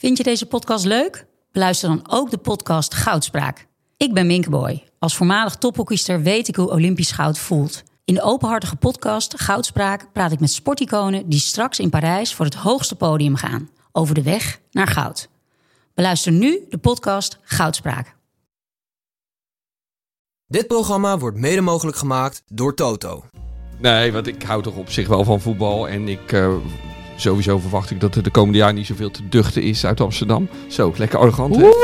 Vind je deze podcast leuk? Beluister dan ook de podcast Goudspraak. Ik ben Minke Boy. Als voormalig tophockeyster weet ik hoe Olympisch goud voelt. In de openhartige podcast Goudspraak praat ik met sporticonen die straks in Parijs voor het hoogste podium gaan. Over de weg naar goud. Beluister nu de podcast Goudspraak. Dit programma wordt mede mogelijk gemaakt door Toto. Nee, want ik hou toch op zich wel van voetbal. En sowieso verwacht ik dat er de komende jaar niet zoveel te duchten is uit Amsterdam. Zo, lekker arrogant, hè?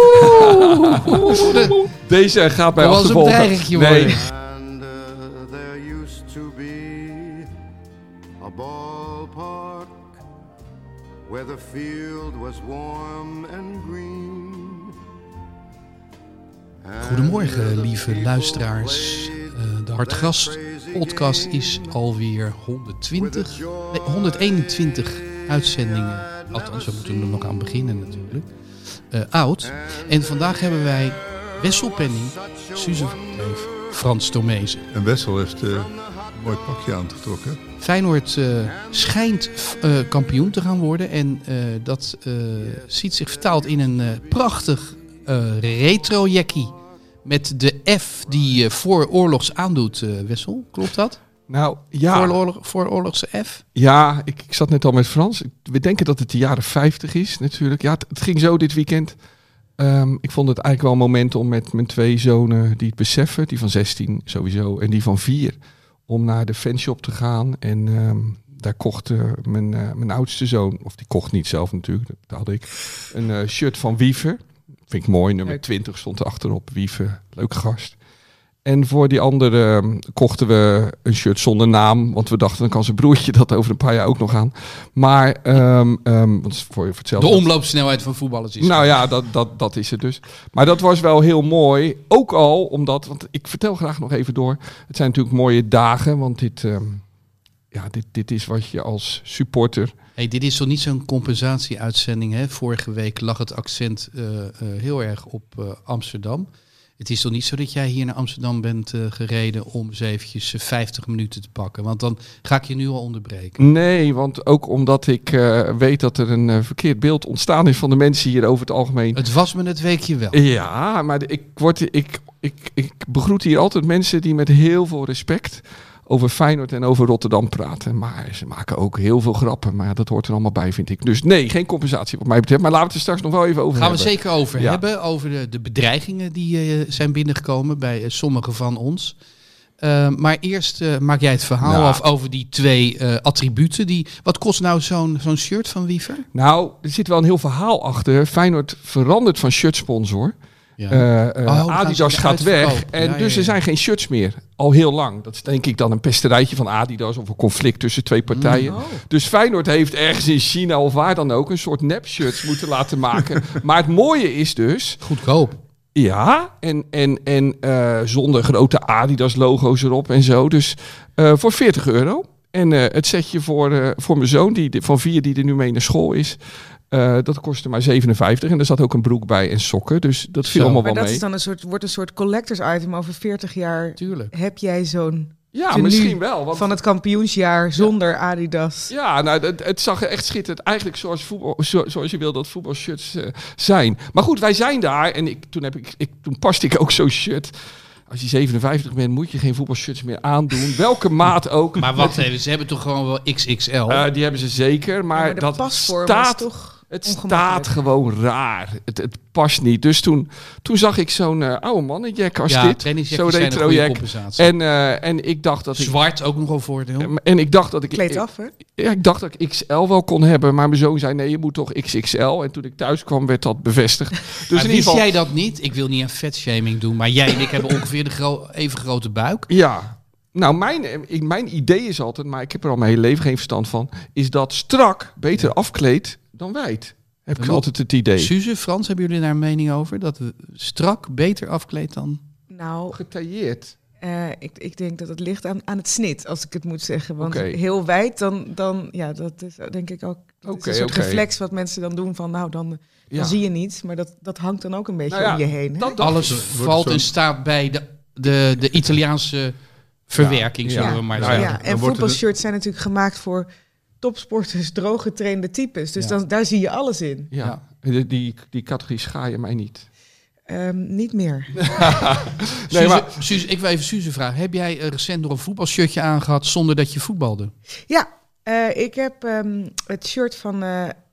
Deze gaat mij achtervolgen. Dat was een dreigingje worden. And there used to be a ballpark where the field was warm and green. Goedemorgen, lieve luisteraars. De Hartgras podcast is alweer 121 uitzendingen. Althans, we moeten er nog aan beginnen natuurlijk. Oud. En vandaag hebben wij Wessel Penning, Suze van Kleef, Frans Tomezen. En Wessel heeft een mooi pakje aangetrokken. Feyenoord schijnt kampioen te gaan worden. En dat ziet zich vertaald in een prachtig retro-jackie. Met de F die vooroorlogs aandoet, Wessel. Klopt dat? Nou, ja. Vooroorlogse F? Ja, ik zat net al met Frans. We denken dat het de jaren 50 is natuurlijk. Ja, het ging zo dit weekend. Ik vond het eigenlijk wel een moment om met mijn 2 zonen die het beseffen. Die van 16 sowieso en die van 4. Om naar de fanshop te gaan. En daar kocht mijn oudste zoon, of die kocht niet zelf natuurlijk. Dat had ik. Een shirt van Wiever. Vind ik mooi, nummer 20 stond er achterop. Wiever, leuke gast. En voor die andere kochten we een shirt zonder naam. Want we dachten, dan kan zijn broertje dat over een paar jaar ook nog aan. Maar, want voor hetzelfde. De omloopsnelheid van voetballers is... Nou ja, dat is het dus. Maar dat was wel heel mooi. Ook al omdat, want ik vertel graag nog even door. Het zijn natuurlijk mooie dagen. Want dit is wat je als supporter... Hey, dit is toch niet zo'n compensatieuitzending, hè? Vorige week lag het accent heel erg op Amsterdam. Het is toch niet zo dat jij hier naar Amsterdam bent gereden om eens eventjes 50 minuten te pakken? Want dan ga ik je nu al onderbreken. Nee, want ook omdat ik weet dat er een verkeerd beeld ontstaan is van de mensen hier over het algemeen. Het was me het weekje wel. Ja, maar ik begroet hier altijd mensen die met heel veel respect over Feyenoord en over Rotterdam praten. Maar ze maken ook heel veel grappen. Maar dat hoort er allemaal bij, vind ik. Dus nee, geen compensatie wat mij betreft. Maar laten we het er straks nog wel even over hebben. Gaan we zeker over hebben. Over de bedreigingen die zijn binnengekomen bij sommigen van ons. Maar eerst maak jij het verhaal af over die 2 attributen. Wat kost nou zo'n shirt van Wiever? Nou, er zit wel een heel verhaal achter. Feyenoord verandert van shirtsponsor. Ja. Adidas gaat weg en dus er zijn geen shirts meer. Al heel lang. Dat is denk ik dan een pesterijtje van Adidas of een conflict tussen 2 partijen. Dus Feyenoord heeft ergens in China of waar dan ook een soort nep-shirts moeten laten maken. Maar het mooie is dus... Goedkoop. Ja, en zonder grote Adidas logo's erop en zo. Dus voor €40. En het setje voor mijn zoon van 4 die er nu mee naar school is... dat kostte maar 57 en er zat ook een broek bij en sokken. Dus dat viel allemaal wel mee. Maar dat is dan wordt een soort collectors item over 40 jaar. Tuurlijk. Heb jij zo'n misschien wel. Want van het kampioensjaar zonder Adidas? Ja, nou, het zag er echt schitterend. Eigenlijk zoals je wil dat voetbalshirts zijn. Maar goed, wij zijn daar en toen paste ik ook zo'n shirt. Als je 57 bent, moet je geen voetbalshirts meer aandoen. Welke maat ook. Maar wacht even, ze hebben toch gewoon wel XXL? Die hebben ze zeker, maar de dat pasvorm staat toch... Het staat gewoon raar. Het past niet. Dus toen zag ik zo'n oude mannenjack als dit. Zo'n retro-jack. En ik dacht dat Zwart ook nog een voordeel. En ik dacht dat ik... Kleed af, hè? Ja, ik dacht dat ik XL wel kon hebben. Maar mijn zoon zei, nee, je moet toch XXL. En toen ik thuis kwam, werd dat bevestigd. Dus maar in ieder geval, jij dat niet? Ik wil niet aan vetshaming doen. Maar jij en ik hebben ongeveer de even grote buik. Ja. Nou, mijn idee is altijd, maar ik heb er al mijn hele leven geen verstand van, is dat strak beter afkleedt dan wijd. Heb ik altijd het idee. Suze, Frans, hebben jullie daar een mening over? Dat we strak beter afkleedt dan... Nou, getailleerd. Ik denk dat het ligt aan het snit, als ik het moet zeggen. Want heel wijd, dan ja, dat is denk ik ook is een soort reflex wat mensen dan doen van, nou, dan zie je niets. Maar dat hangt dan ook een beetje om je heen. Alles valt en staat bij de Italiaanse verwerking, zullen we maar zeggen. Ja, en voetbalshirts zijn natuurlijk gemaakt voor topsporters, droog getrainde types. Dus daar zie je alles in. Ja. Die categorie schaar je mij niet. Niet meer. Nee, maar Suze, ik wil even Suze vragen. Heb jij recent nog een voetbalshirtje aangehad zonder dat je voetbalde? Ja, ik heb het shirt van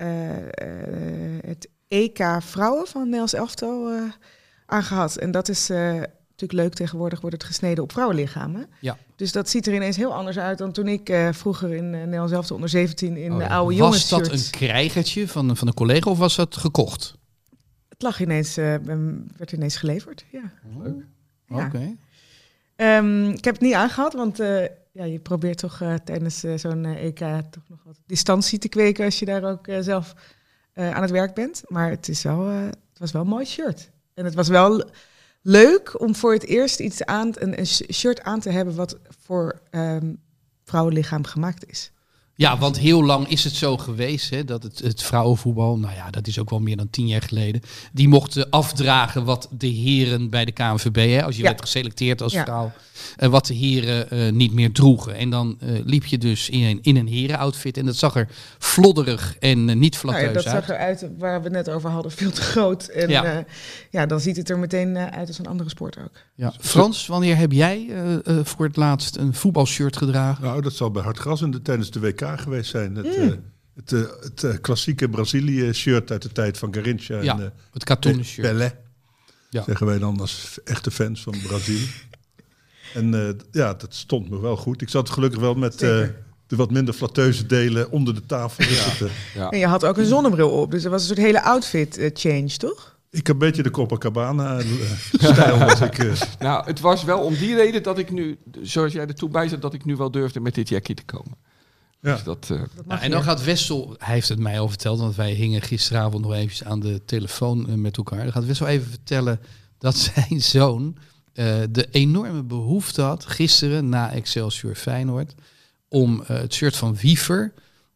het EK Vrouwen van Nederlands elftal aangehad. En dat is natuurlijk leuk. Tegenwoordig wordt het gesneden op vrouwenlichamen. Ja. Dus dat ziet er ineens heel anders uit dan toen ik vroeger in Nederlands elftal onder 17 in de oude jongens. Was dat een krijgertje van een collega of was dat gekocht? Het lag ineens, werd ineens geleverd. Ja. Leuk. Ja. Oké. Ik heb het niet aangehad, want je probeert toch tijdens zo'n EK toch nog wat distantie te kweken als je daar ook zelf aan het werk bent. Maar het was wel een mooi shirt. En het was wel leuk om voor het eerst een shirt aan te hebben wat voor vrouwenlichaam gemaakt is. Ja, want heel lang is het zo geweest hè, dat het vrouwenvoetbal, nou ja, dat is ook wel meer dan 10 jaar geleden, die mochten afdragen wat de heren bij de KNVB, hè, als je werd geselecteerd als vrouw, wat de heren niet meer droegen. En dan liep je dus in een herenoutfit en dat zag er flodderig en niet flatteus uit. Dat zag eruit, waar we het net over hadden, veel te groot. En dan ziet het er meteen uit als een andere sport ook. Ja. Frans, wanneer heb jij voor het laatst een voetbalshirt gedragen? Nou, dat zal bij Hartgras tijdens de WK geweest zijn. Het klassieke Brazilië-shirt uit de tijd van Garrincha. Ja, en, het katoenen shirt. Pelé, zeggen wij dan als echte fans van Brazilië. En dat stond me wel goed. Ik zat gelukkig wel met de wat minder flatteuze delen onder de tafel. Ja. En je had ook een zonnebril op, dus er was een soort hele outfit change, toch? Ik heb een beetje de Copacabana-stijl. Nou, het was wel om die reden dat ik nu, zoals jij er toe bij zat, dat ik nu wel durfde met dit jackje te komen. Ja. Dus dat en dan gaat Wessel, hij heeft het mij al verteld, want wij hingen gisteravond nog eventjes aan de telefoon met elkaar. Dan gaat Wessel even vertellen dat zijn zoon de enorme behoefte had, gisteren na Excelsior Feyenoord, om het shirt van Wiever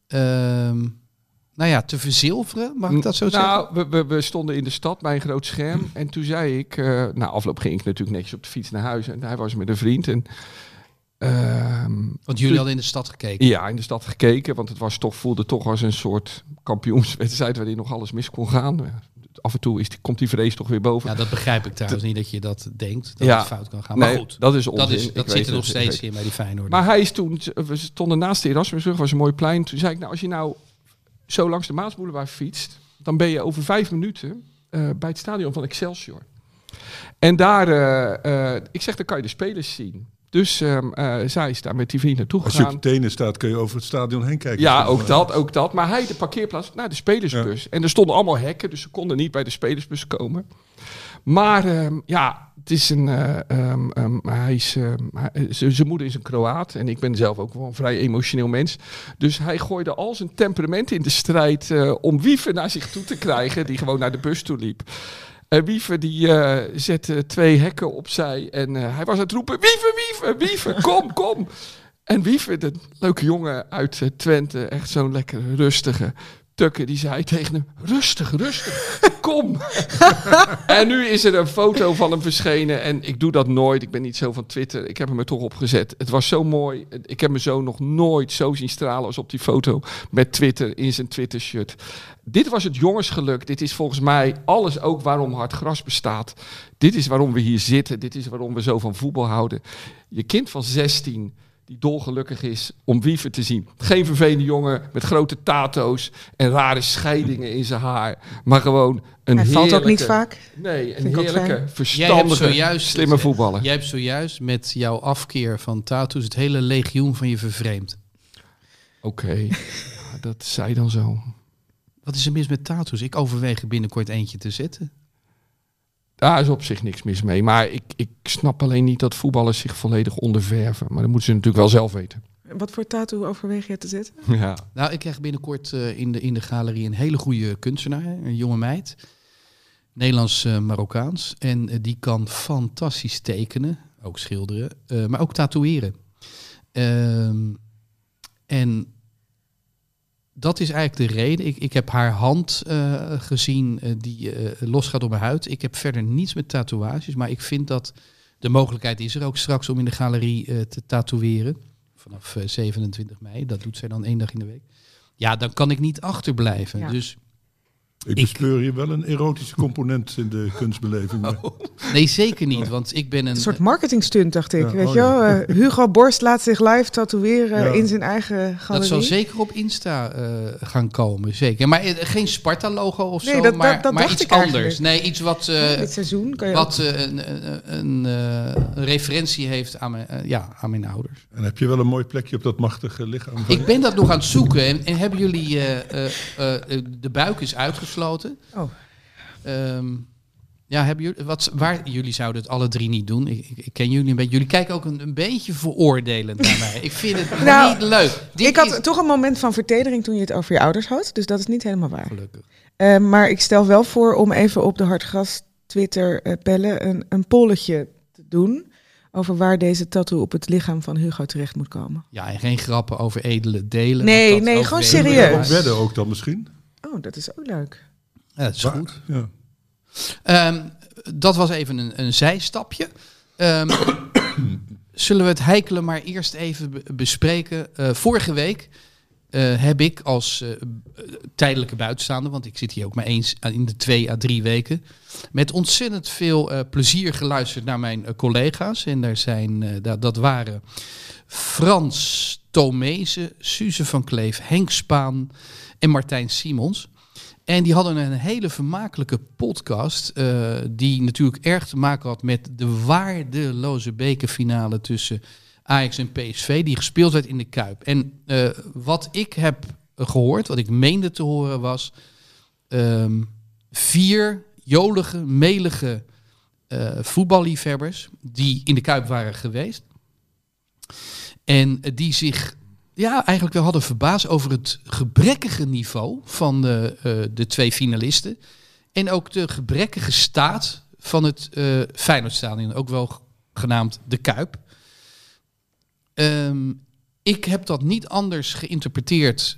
te verzilveren, mag ik dat zo zeggen? Nou, we stonden in de stad bij een groot scherm. En toen zei ik, na afloop ging ik natuurlijk netjes op de fiets naar huis. En hij was met een vriend. En, want jullie hadden in de stad gekeken? Ja, in de stad gekeken. Want het voelde toch als een soort kampioenswedstrijd waarin nog alles mis kon gaan. Af en toe komt die vrees toch weer boven. Ja, dat begrijp ik trouwens niet dat je dat denkt, dat het fout kan gaan. Maar goed, dat is onzin. Dat zit er nog steeds in bij die Feyenoord. Maar hij is toen, we stonden naast de Erasmusbrug, was een mooi plein. Toen zei ik, als je nou zo langs de Maasboulevard fietst, dan ben je over 5 minuten bij het stadion van Excelsior. En daar, ik zeg, dan kan je de spelers zien. Dus zij is daar met die vriend naartoe gegaan. Als je op je tenen staat, kun je over het stadion heen kijken. Ja, ook dat. Maar hij de parkeerplaats naar de spelersbus. Ja. En er stonden allemaal hekken, dus ze konden niet bij de spelersbus komen. Maar het is zijn moeder is een Kroaat en ik ben zelf ook wel een vrij emotioneel mens. Dus hij gooide al zijn temperament in de strijd om Wiever naar zich toe te krijgen, die gewoon naar de bus toe liep. En Wiever die zette 2 hekken opzij en hij was aan het roepen, Wiever, kom. En Wiever, de leuke jongen uit Twente, echt zo'n lekker rustige Tukke, die zei tegen hem, rustig, kom. En nu is er een foto van hem verschenen en ik doe dat nooit. Ik ben niet zo van Twitter. Ik heb hem er toch op gezet. Het was zo mooi. Ik heb mijn zoon nog nooit zo zien stralen als op die foto met Twitter in zijn Twitter-shirt. Dit was het jongensgeluk. Dit is volgens mij alles ook waarom Hartgras bestaat. Dit is waarom we hier zitten. Dit is waarom we zo van voetbal houden. Je kind van 16... die dolgelukkig is om Wiever te zien. Geen vervelende jongen met grote tato's en rare scheidingen in zijn haar. Maar gewoon een heerlijke... Hij valt ook niet vaak. Nee, een heerlijke, verstandige, slimme voetballer. Jij hebt zojuist met jouw afkeer van tattoos het hele legioen van je vervreemd. Oké, dat zei dan zo. Wat is er mis met tattoos? Ik overweeg er binnenkort eentje te zetten. Daar is op zich niks mis mee. Maar ik snap alleen niet dat voetballers zich volledig onderverven. Maar dat moeten ze natuurlijk wel zelf weten. Wat voor tattoo overweeg je te zetten? Ja. Nou, ik krijg binnenkort in de galerie een hele goede kunstenaar. Een jonge meid. Nederlands-Marokkaans. En die kan fantastisch tekenen. Ook schilderen. Maar ook tatoeëren. En dat is eigenlijk de reden. Ik heb haar hand gezien die losgaat op mijn huid. Ik heb verder niets met tatoeages. Maar ik vind dat de mogelijkheid is er ook straks om in de galerie te tatoeëren. vanaf 27 mei. Dat doet zij dan 1 dag in de week. Ja, dan kan ik niet achterblijven. Ja. Dus ik bespeur hier wel een erotische component in de kunstbeleving. Nee, zeker niet, want ik ben een soort marketingstunt, dacht ik. Weet je wel? Hugo Borst laat zich live tatoeëren in zijn eigen galerie. Dat zal zeker op Insta gaan komen, zeker. Maar geen Sparta-logo of zo, dat maar iets anders. Nee, iets wat, dit seizoen kan je wat een referentie heeft aan mijn ouders. En heb je wel een mooi plekje op dat machtige lichaam? Ik ben dat nog aan het zoeken. En hebben jullie de buik is uitgesloten? Oh. Hebben jullie, jullie zouden het alle 3 niet doen. Ik ken jullie een beetje. Jullie kijken ook een beetje veroordelend naar mij. Ik vind het niet leuk. Ik had toch een moment van vertedering toen je het over je ouders had. Dus dat is niet helemaal waar. Gelukkig. Maar ik stel wel voor om even op de Hartgras Twitter pellen een polletje te doen over waar deze tattoo op het lichaam van Hugo terecht moet komen. Ja, en geen grappen over edele delen. Nee, gewoon serieus. Wedden ook dan misschien? Oh, dat is ook leuk. Ja, dat is goed. Ja. Dat was even een zijstapje. Zullen we het heikelen maar eerst even bespreken. Vorige week heb ik als tijdelijke buitenstaander, want ik zit hier ook maar eens in de 2 à 3 weken, met ontzettend veel plezier geluisterd naar mijn collega's. En dat waren Frans Tomezen, Suze van Kleef, Henk Spaan en Martijn Simons. En die hadden een hele vermakelijke podcast die natuurlijk erg te maken had met de waardeloze bekerfinale tussen Ajax en PSV, die gespeeld werd in de Kuip. En wat ik heb gehoord, wat ik meende te horen was 4 jolige, melige voetballiefhebbers die in de Kuip waren geweest. En die zich eigenlijk wel hadden verbaasd over het gebrekkige niveau van de 2 finalisten. En ook de gebrekkige staat van het Feyenoordstadion, ook wel genaamd de Kuip. Ik heb dat niet anders geïnterpreteerd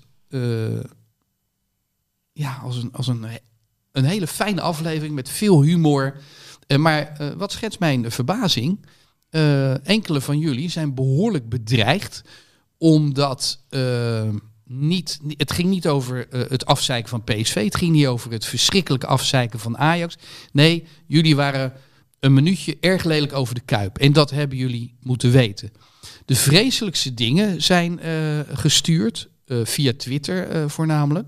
als een hele fijne aflevering met veel humor. Maar wat schetst mijn verbazing? Enkele van jullie zijn behoorlijk bedreigd, omdat het ging niet over het afzeiken van PSV. Het ging niet over het verschrikkelijke afzeiken van Ajax. Nee, jullie waren een minuutje erg lelijk over de Kuip. En dat hebben jullie moeten weten. De vreselijkste dingen zijn gestuurd, via Twitter voornamelijk.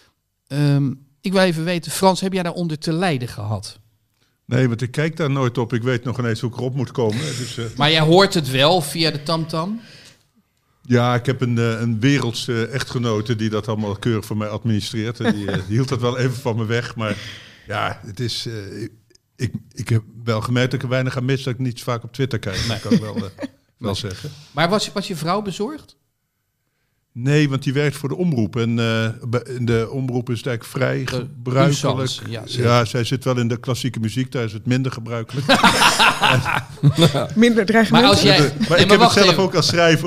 Ik wil even weten, Frans, heb jij daaronder te lijden gehad? Nee, want ik kijk daar nooit op. Ik weet nog ineens hoe ik erop moet komen. Dus, maar jij hoort het wel via de tamtam? Ja, ik heb een wereldse echtgenote die dat allemaal keurig voor mij administreert. En die hield dat wel even van me weg. Maar ja, het is... Ik heb wel gemerkt dat ik er weinig aan mis, dat ik niet zo vaak op Twitter kijk. Dat kan ik wel zeggen. Maar was je vrouw bezorgd? Nee, want die werkt voor de omroep. En in de omroep is het eigenlijk vrij gebruikelijk. Ja, zij zit wel in de klassieke muziek, daar is het minder gebruikelijk. Minder dreigement. Maar ik heb het zelf ook als schrijver.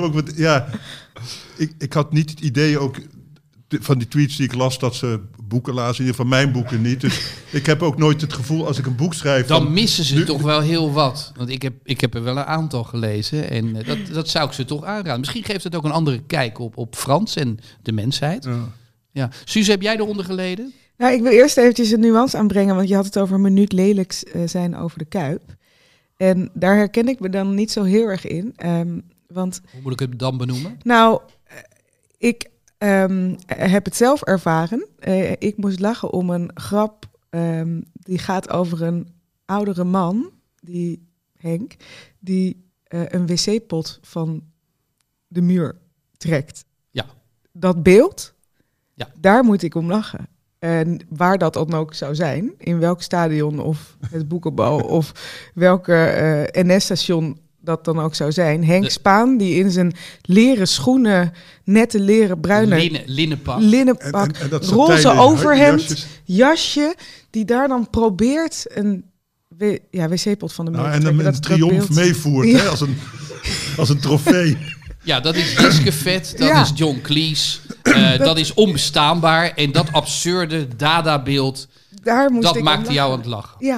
Ik had niet het idee ook van die tweets die ik las dat ze boeken lazen. In ieder geval mijn boeken niet. Dus ik heb ook nooit het gevoel als ik een boek schrijf... Dan missen ze toch wel heel wat. Want ik heb er wel een aantal gelezen. En dat zou ik ze toch aanraden. Misschien geeft het ook een andere kijk op Frans en de mensheid. Ja. Suze, heb jij eronder geleden? Nou, ik wil eerst eventjes een nuance aanbrengen. Want je had het over een minuut lelijks zijn over de Kuip. En daar herken ik me dan niet zo heel erg in. Want, hoe moet ik het dan benoemen? Nou, ik... heb het zelf ervaren. Ik moest lachen om een grap die gaat over een oudere man, Henk, die een wc-pot van de muur trekt. Ja. Dat beeld, daar moet ik om lachen. En waar dat dan ook zou zijn, in welk stadion of het Boekenbal of welke NS-station dat dan ook zou zijn. Henk Spaan, die in zijn leren schoenen, nette leren bruine linnenpak en roze overhemd, jasje, die daar dan probeert een wc-pot van de muur te trekken. En dan een triomf meevoert, hè, als een trofee. Ja, dat is Jiske Vet, dat is John Cleese, dat is onbestaanbaar. En dat absurde Dada-beeld, dat maakte jou aan het lachen.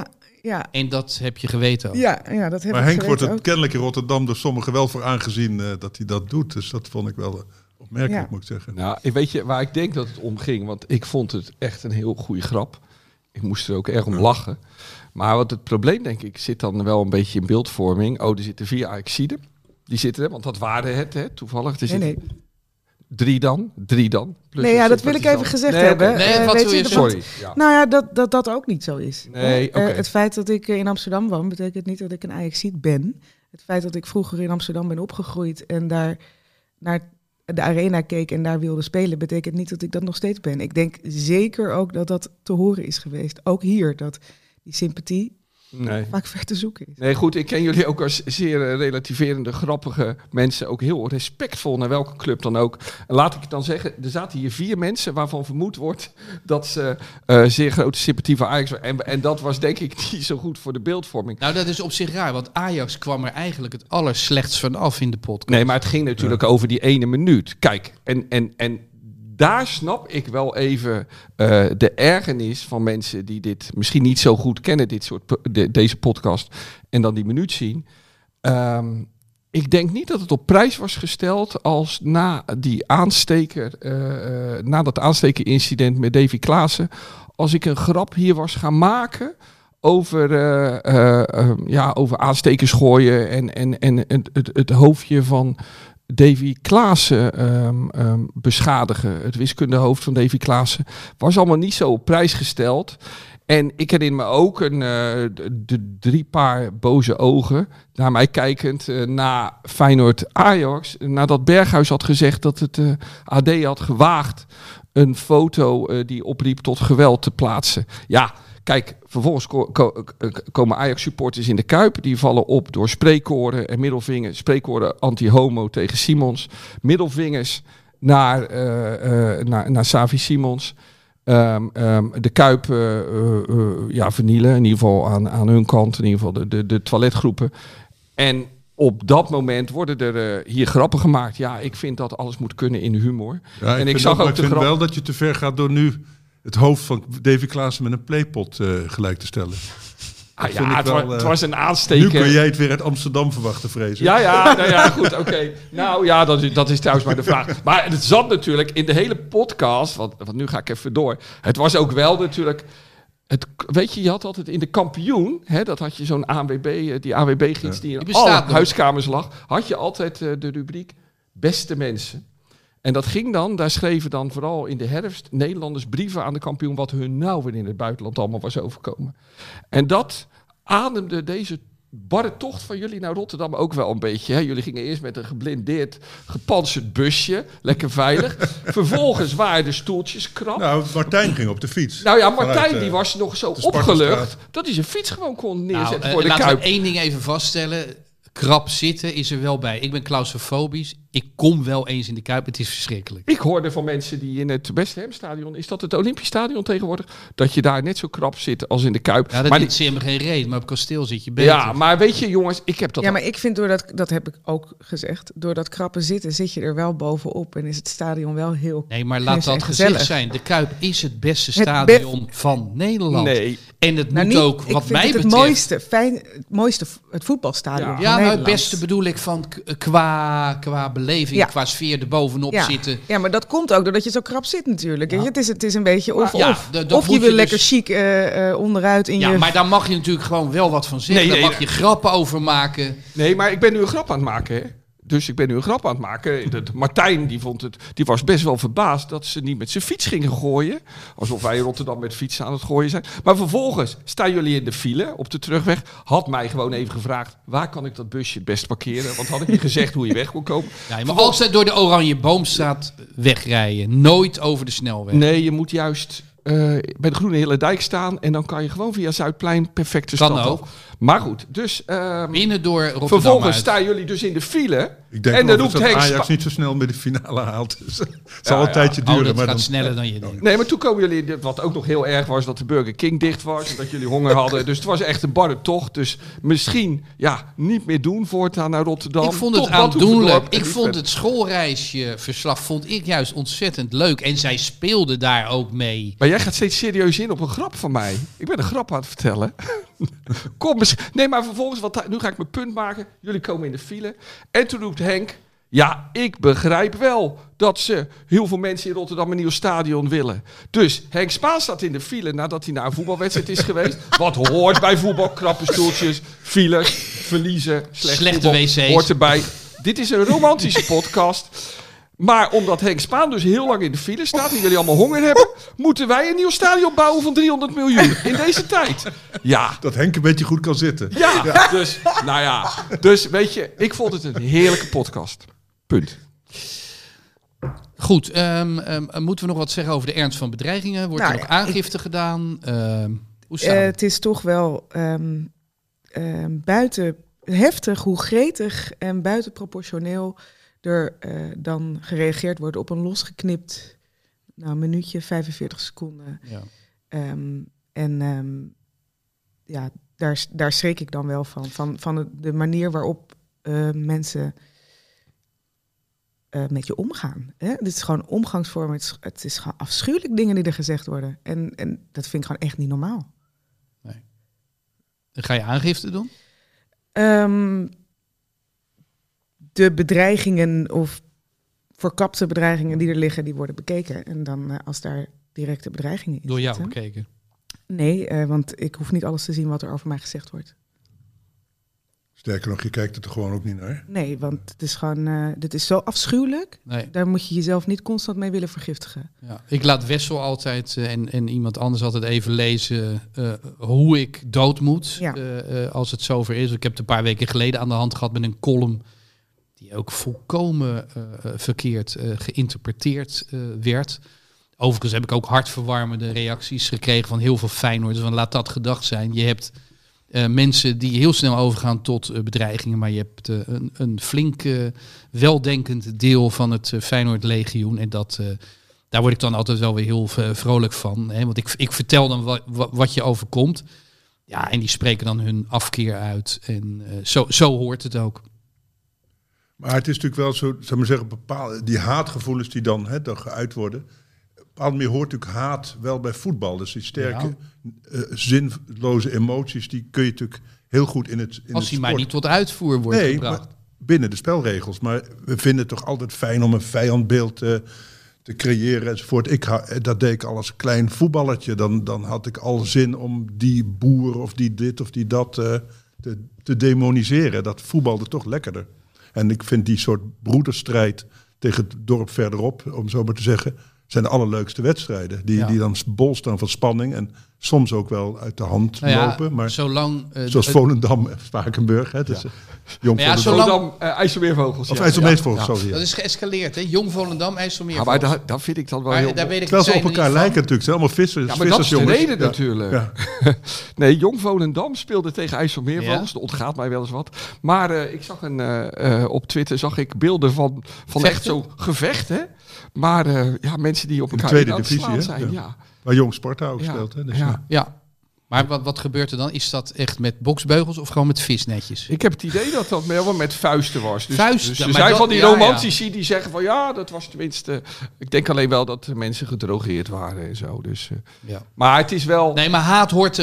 Ja. En dat heb je geweten ook. Ja, dat heb ik Maar Henk wordt ook. er kennelijk in Rotterdam door sommigen wel voor aangezien dat hij dat doet. Dus dat vond ik wel opmerkelijk, moet ik zeggen. Nou, weet je waar ik denk dat het om ging? Want ik vond het echt een heel goede grap. Ik moest er ook erg om lachen. Maar wat het probleem, denk ik, zit dan wel een beetje in beeldvorming. Er zitten 4 Ajaxiden. Die zitten er, want dat waren het, hè, toevallig. Nee. 3 dan. Nee, dat wil ik even gezegd hebben. Nee, wat wil je? Sorry. Ja. Nou ja, dat ook niet zo is. Nee, okay. Het feit dat ik in Amsterdam woon, betekent niet dat ik een Ajaxiet ben. Het feit dat ik vroeger in Amsterdam ben opgegroeid en daar naar de arena keek en daar wilde spelen, betekent niet dat ik dat nog steeds ben. Ik denk zeker ook dat dat te horen is geweest. Ook hier, dat die sympathie vaak ver te zoeken is. Nee, goed, ik ken jullie ook als zeer relativerende, grappige mensen. Ook heel respectvol naar welke club dan ook. En laat ik het dan zeggen, er zaten hier 4 mensen waarvan vermoed wordt dat ze zeer grote sympathie voor Ajax waren. En dat was denk ik niet zo goed voor de beeldvorming. Nou, dat is op zich raar, want Ajax kwam er eigenlijk het allerslechtst vanaf in de podcast. Nee, maar het ging natuurlijk over die ene minuut. Kijk, en daar snap ik wel even de ergernis van mensen die dit misschien niet zo goed kennen, deze podcast, en dan die minuut zien. Ik denk niet dat het op prijs was gesteld als na dat aanstekerincident met Davy Klaassen, als ik een grap hier was gaan maken over aanstekers gooien en het hoofdje van Davy Klaassen beschadigen. Het wiskundehoofd van Davy Klaassen was allemaal niet zo op prijs gesteld. En ik herinner me ook de 3 paar boze ogen naar mij kijkend na Feyenoord-Ajax. Nadat Berghuis had gezegd dat het AD had gewaagd een foto die opriep tot geweld te plaatsen. Ja, kijk, vervolgens komen Ajax-supporters in de Kuip. Die vallen op door spreekkoren en middelvingers. Spreekkoren anti-homo tegen Simons. Middelvingers naar Xavi Simons. De Kuip vernielen, in ieder geval aan hun kant. In ieder geval de toiletgroepen. En op dat moment worden er hier grappen gemaakt. Ja, ik vind dat alles moet kunnen in humor. Ja, en ik vind wel dat je te ver gaat door nu het hoofd van Davy Klaassen met een playpot gelijk te stellen. Het was een aansteker. Nu kun jij het weer uit Amsterdam verwachten, vrees ik. Ja, goed, oké. Nou ja, dat is trouwens maar de vraag. Maar het zat natuurlijk in de hele podcast, want nu ga ik even door. Het was ook wel natuurlijk... Weet je had altijd in de Kampioen, dat had je zo'n ANWB, die ANWB-gids die in alle huiskamers lag, had je altijd de rubriek Beste Mensen. En dat ging dan, daar schreven dan vooral in de herfst Nederlanders brieven aan de kampioen wat hun nou weer in het buitenland allemaal was overkomen. En dat ademde deze barre tocht van jullie naar Rotterdam ook wel een beetje. Hè? Jullie gingen eerst met een geblindeerd, gepantserd busje, lekker veilig. Vervolgens waren de stoeltjes krap. Nou, Martijn ging op de fiets. Nou ja, Martijn die was nog zo opgelucht dat hij zijn fiets gewoon kon neerzetten voor de Kuip. Laten we 1 ding even vaststellen. Krap zitten is er wel bij. Ik ben claustrofobisch. Ik kom wel eens in de Kuip. Het is verschrikkelijk. Ik hoorde van mensen die in het West Ham stadion, is dat het Olympisch stadion tegenwoordig, dat je daar net zo krap zit als in de Kuip. Ja, dat is helemaal geen reden, maar op kasteel zit je beter. Ja, maar weet je jongens, ik heb dat... Ja, maar ik vind dat heb ik ook gezegd, door dat krappe zitten zit je er wel bovenop en is het stadion wel heel... Nee, maar laat dat gezegd zijn. De Kuip is het beste stadion van Nederland. Nee. En het moet ook, wat mij betreft... Het mooiste voetbalstadion van Nederland. Maar het beste bedoel ik van qua beleving, qua sfeer erbovenop zitten. Ja, maar dat komt ook doordat je zo krap zit natuurlijk. Ja. Het is een beetje of je wil dus lekker chic onderuit in je... Ja, maar daar mag je natuurlijk gewoon wel wat van zeggen. Daar mag je grappen over maken. Nee, maar ik ben nu een grap aan het maken, hè. Dus ik ben nu een grap aan het maken. Martijn die was best wel verbaasd dat ze niet met zijn fiets gingen gooien. Alsof wij in Rotterdam met fietsen aan het gooien zijn. Maar vervolgens staan jullie in de file op de terugweg. Had mij gewoon even gevraagd, waar kan ik dat busje het best parkeren? Want had ik je gezegd hoe je weg kon komen. Ja, maar altijd door de Oranje Boomstraat wegrijden. Nooit over de snelweg. Nee, je moet juist bij de Groene Hele Dijk staan. En dan kan je gewoon via Zuidplein perfect de stad op. Maar goed, dus... binnen door Rotterdam vervolgens staan jullie dus in de file. Ik denk dat Ajax niet zo snel met de finale haalt. Dus het zal een tijdje duren. Dat maar gaat sneller dan je denkt. Nee, maar toen komen jullie... Wat ook nog heel erg was, dat de Burger King dicht was. En dat jullie honger hadden. Dus het was echt een barre tocht. Dus misschien niet meer doen voortaan naar Rotterdam. Ik vond het aandoenlijk. Ik vond het schoolreisverslag vond ik juist ontzettend leuk. En zij speelden daar ook mee. Maar jij gaat steeds serieus in op een grap van mij. Ik ben een grap aan het vertellen. Kom eens. Nee, maar vervolgens, nu ga ik mijn punt maken. Jullie komen in de file. En toen roept Henk... Ja, ik begrijp wel dat ze heel veel mensen in Rotterdam een nieuw stadion willen. Dus Henk Spaan staat in de file nadat hij naar een voetbalwedstrijd is geweest. Wat hoort bij voetbal, krappe stoeltjes, files, verliezen, slechte voetbal, wc's. Hoort erbij. Dit is een romantische podcast. Maar omdat Henk Spaan dus heel lang in de file staat en jullie allemaal honger hebben, moeten wij een nieuw stadion bouwen van 300 miljoen in deze tijd. Ja. Dat Henk een beetje goed kan zitten. Ja. Dus weet je, ik vond het een heerlijke podcast. Punt. Goed, moeten we nog wat zeggen over de ernst van bedreigingen? Wordt er nog aangifte gedaan? Hoe staat het is toch wel buiten heftig hoe gretig en buitenproportioneel er dan gereageerd wordt op een losgeknipt minuutje, 45 seconden. Ja. Daar schrik ik dan wel van de manier waarop mensen met je omgaan. Hè? Dit is gewoon omgangsvorm. Het is gewoon afschuwelijk dingen die er gezegd worden. En dat vind ik gewoon echt niet normaal. Nee. Ga je aangifte doen? De bedreigingen of verkapte bedreigingen die er liggen, die worden bekeken. En dan als daar directe bedreigingen in door jou zitten, bekeken? Nee, want ik hoef niet alles te zien wat er over mij gezegd wordt. Sterker nog, je kijkt er gewoon ook niet naar. Nee, want het is gewoon, dit is zo afschuwelijk. Nee. Daar moet je jezelf niet constant mee willen vergiftigen. Ja, ik laat Wessel altijd en iemand anders altijd even lezen hoe ik dood moet. Ja. Als het zover is. Ik heb het een paar weken geleden aan de hand gehad met een column die ook volkomen verkeerd geïnterpreteerd werd. Overigens heb ik ook hartverwarmende reacties gekregen van heel veel Feyenoorders. Van laat dat gedacht zijn. Je hebt mensen die heel snel overgaan tot bedreigingen. Maar je hebt een flink weldenkend deel van het Feyenoord-legioen. En daar word ik dan altijd wel weer heel vrolijk van. Hè? Want ik vertel dan wat je overkomt. Ja, en die spreken dan hun afkeer uit. En zo hoort het ook. Maar het is natuurlijk wel zo, zou maar zeggen, bepaalde die haatgevoelens die dan geuit worden. Op een bepaalde manier hoort natuurlijk haat wel bij voetbal. Dus die sterke, zinloze emoties, die kun je natuurlijk heel goed in het als die maar niet tot uitvoer wordt gebracht. Maar binnen de spelregels. Maar we vinden het toch altijd fijn om een vijandbeeld te creëren enzovoort. Dat deed ik al als klein voetballertje. Dan had ik al zin om die boer of die dit of die dat te demoniseren. Dat voetbalde toch lekkerder. En ik vind die soort broederstrijd tegen het dorp verderop, om zo maar te zeggen, zijn de allerleukste wedstrijden. Die dan bol staan van spanning en soms ook wel uit de hand lopen. Maar zoals Volendam en Spakenburg. Hè, dus, Jong Volendam, IJsselmeervogels. Of IJsselmeervogels, sorry. Dat is geëscaleerd, hè? Jong Volendam, IJsselmeervogels. Maar dat vind ik dan wel heel... Terwijl ze op elkaar lijken natuurlijk. Het zijn allemaal vissers. Ja, maar dat is de reden natuurlijk. Ja. Nee, Jong Volendam speelde tegen IJsselmeervogels. Dat ontgaat mij wel eens wat. Maar ik zag op Twitter zag ik beelden van echt zo gevecht, hè? Maar mensen die op elkaar in de tweede divisie zijn. Ja. Waar Jong Sparta ook speelt. Hè? Dus ja. Maar wat gebeurt er dan? Is dat echt met boksbeugels of gewoon met visnetjes? Ik heb het idee dat dat wel met vuisten was. Dus, vuisten? Dus er zijn van die romantici die zeggen van dat was tenminste... Ik denk alleen wel dat mensen gedrogeerd waren en zo. Dus, Maar het is wel... Nee, maar haat hoort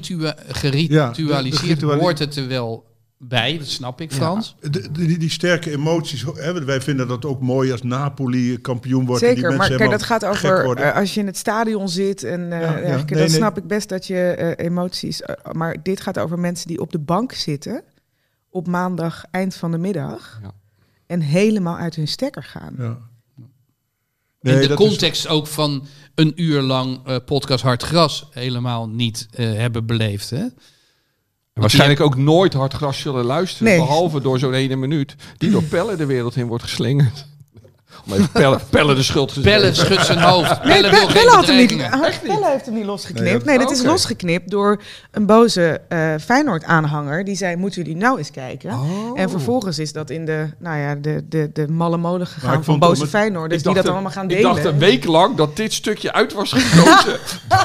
geritualiseerd, hoort het er wel bij. Dat snap ik, Frans. Ja. Die sterke emoties. Wij vinden dat ook mooi als Napoli kampioen wordt. Zeker, die mensen maar kijk, dat gaat over als je in het stadion zit. En dan snap ik best dat je emoties... maar dit gaat over mensen die op de bank zitten op maandag eind van de middag en helemaal uit hun stekker gaan. Ja. In de context ook van een uur lang podcast Hard Gras helemaal niet hebben beleefd, hè? Waarschijnlijk ook nooit Hard Gras zullen luisteren. Nee. Behalve door zo'n ene minuut die door Pelle de wereld in wordt geslingerd. Om even Pelle de schuld te zeggen. Pelle schudt zijn hoofd. Pelle heeft hem niet losgeknipt. Nee, dat is losgeknipt door een boze Feyenoord-aanhanger. Die zei, moeten jullie nou eens kijken? Oh. En vervolgens is dat in de malle molen gegaan van boze Feyenoorders die dat allemaal gaan delen. Ik dacht een week lang dat dit stukje uit was gekozen.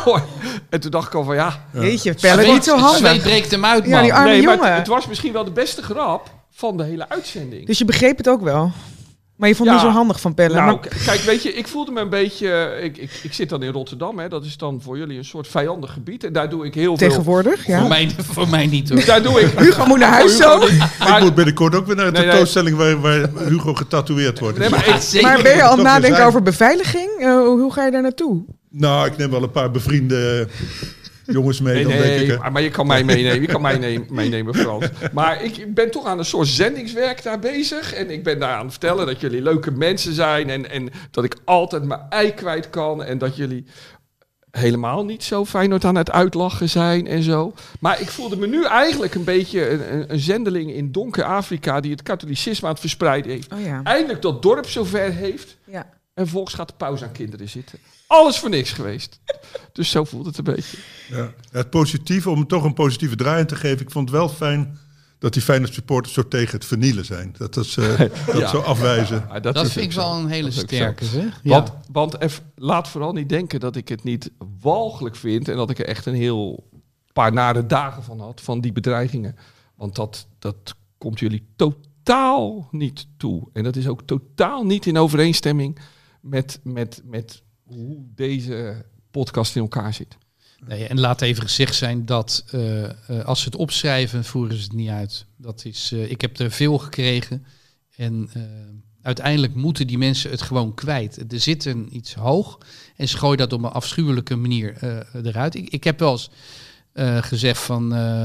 En toen dacht ik al van Jeetje, Pelle niet zo handig. Zweet breekt hem uit, man. Ja, die arme jongen. Maar het was misschien wel de beste grap van de hele uitzending. Dus je begreep het ook wel? Maar je vond het niet zo handig van Pelle. Nou, kijk, weet je, ik voelde me een beetje... Ik zit dan in Rotterdam, hè. Dat is dan voor jullie een soort vijandig gebied. En daar doe ik heel tegenwoordig, veel... ja. Voor mij niet, hoor. Daar doe ik... Hugo moet naar huis zo. Ik moet binnenkort ook weer naar een tentoonstelling waar Hugo getatoeëerd wordt. Nee, maar ben je al nadenken over beveiliging? Hoe ga je daar naartoe? Nou, ik neem wel een paar bevriende... jongens mee, dan denk ik. Maar je kan mij meenemen. Je kan mij meenemen, Frans. Maar ik ben toch aan een soort zendingswerk daar bezig. En ik ben daar aan het vertellen dat jullie leuke mensen zijn. En dat ik altijd mijn ei kwijt kan. En dat jullie helemaal niet zo Feyenoord aan het uitlachen zijn en zo. Maar ik voelde me nu eigenlijk een beetje een zendeling in donker Afrika... die het katholicisme aan het verspreiden heeft. Oh ja. Eindelijk dat dorp zover heeft... Ja. En volgens gaat de pauze aan kinderen zitten. Alles voor niks geweest. Dus zo voelt het een beetje. Ja, het positieve, om toch een positieve draai te geven. Ik vond het wel fijn dat die Feyenoord supporters zo tegen het vernielen zijn. Dat zo afwijzen. Ja, dat vind ik wel een hele sterke. Zeg. Want laat vooral niet denken dat ik het niet walgelijk vind. En dat ik er echt een heel paar nare dagen van had. Van die bedreigingen. Want dat komt jullie totaal niet toe. En dat is ook totaal niet in overeenstemming met hoe deze podcast in elkaar zit. Nee, en laat even gezegd zijn dat als ze het opschrijven, voeren ze het niet uit. Dat is, ik heb er veel gekregen en uiteindelijk moeten die mensen het gewoon kwijt. Er zit iets hoog en ze gooien dat op een afschuwelijke manier eruit. Ik heb wel eens gezegd van,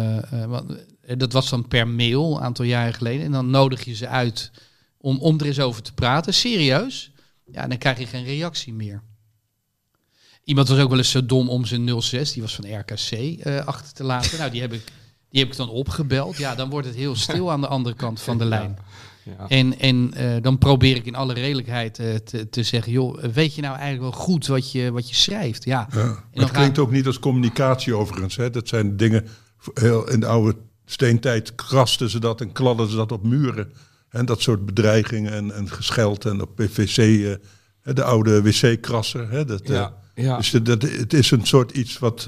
dat was dan per mail een aantal jaren geleden. En dan nodig je ze uit om er eens over te praten. Serieus? Ja, dan krijg je geen reactie meer. Iemand was ook wel eens zo dom om zijn 06, die was van RKC, achter te laten. Nou, die heb ik dan opgebeld. Ja, dan wordt het heel stil aan de andere kant van de lijn. Ja. En dan probeer ik in alle redelijkheid te zeggen... joh, weet je nou eigenlijk wel goed wat je schrijft? Ja. En het klinkt ook niet als communicatie overigens. Hè? Dat zijn dingen... Heel in de oude steentijd krasten ze dat en kladden ze dat op muren. En dat soort bedreigingen en gescheld en op PVC... de oude wc-krasser. Hè? Dus het is een soort iets wat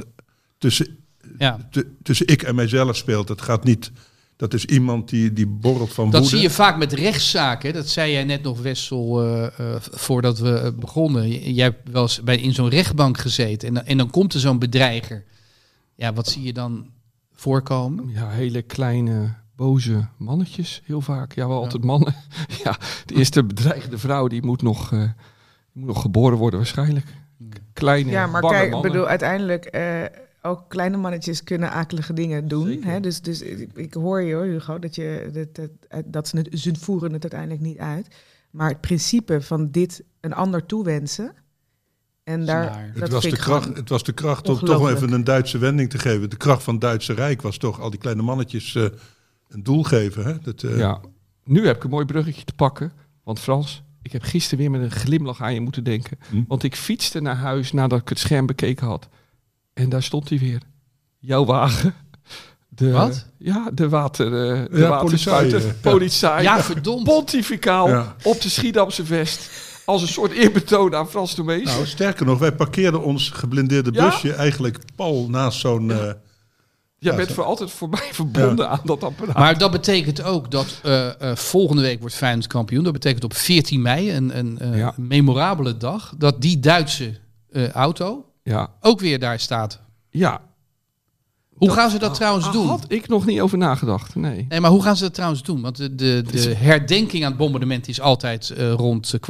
tussen ik en mijzelf speelt. Het gaat niet... Dat is iemand die borrelt van woede. Dat zie je vaak met rechtszaken. Dat zei jij net nog, Wessel, voordat we begonnen. Jij hebt wel eens in zo'n rechtbank gezeten. En dan komt er zo'n bedreiger. Ja, wat zie je dan voorkomen? Ja, hele kleine, boze mannetjes. Heel vaak. Ja, wel altijd mannen. Ja, de eerste bedreigde vrouw, die moet nog geboren worden waarschijnlijk. Kleine, ja, maar kijk, ik bedoel, uiteindelijk... ook kleine mannetjes kunnen akelige dingen doen. Hè? Dus ik hoor je, hoor, Hugo, dat ze voeren het uiteindelijk niet uit. Maar het principe van dit een ander toewensen... En daar, het was de kracht om toch even een Duitse wending te geven. De kracht van het Duitse Rijk was toch al die kleine mannetjes een doel geven. Hè? Ja, nu heb ik een mooi bruggetje te pakken. Want Frans, ik heb gisteren weer met een glimlach aan je moeten denken. Want ik fietste naar huis nadat ik het scherm bekeken had. En daar stond hij weer. Jouw wagen. Wat? Ja, de waterspuiter. Politie. Ja, verdomd. Pontificaal op de Schiedamse vest. Als een soort eerbetoon aan Frans Tomees. Nou, sterker nog, wij parkeerden ons geblindeerde busje eigenlijk pal naast zo'n... Jij bent voor altijd voor mij verbonden aan dat apparaat. Maar dat betekent ook dat volgende week wordt Feyenoord kampioen. Dat betekent op 14 mei, een memorabele dag, dat die Duitse auto ook weer daar staat. Ja. Hoe gaan ze dat trouwens doen? Had ik nog niet over nagedacht, nee. Maar hoe gaan ze dat trouwens doen? Want de herdenking aan het bombardement is altijd rond 1:15,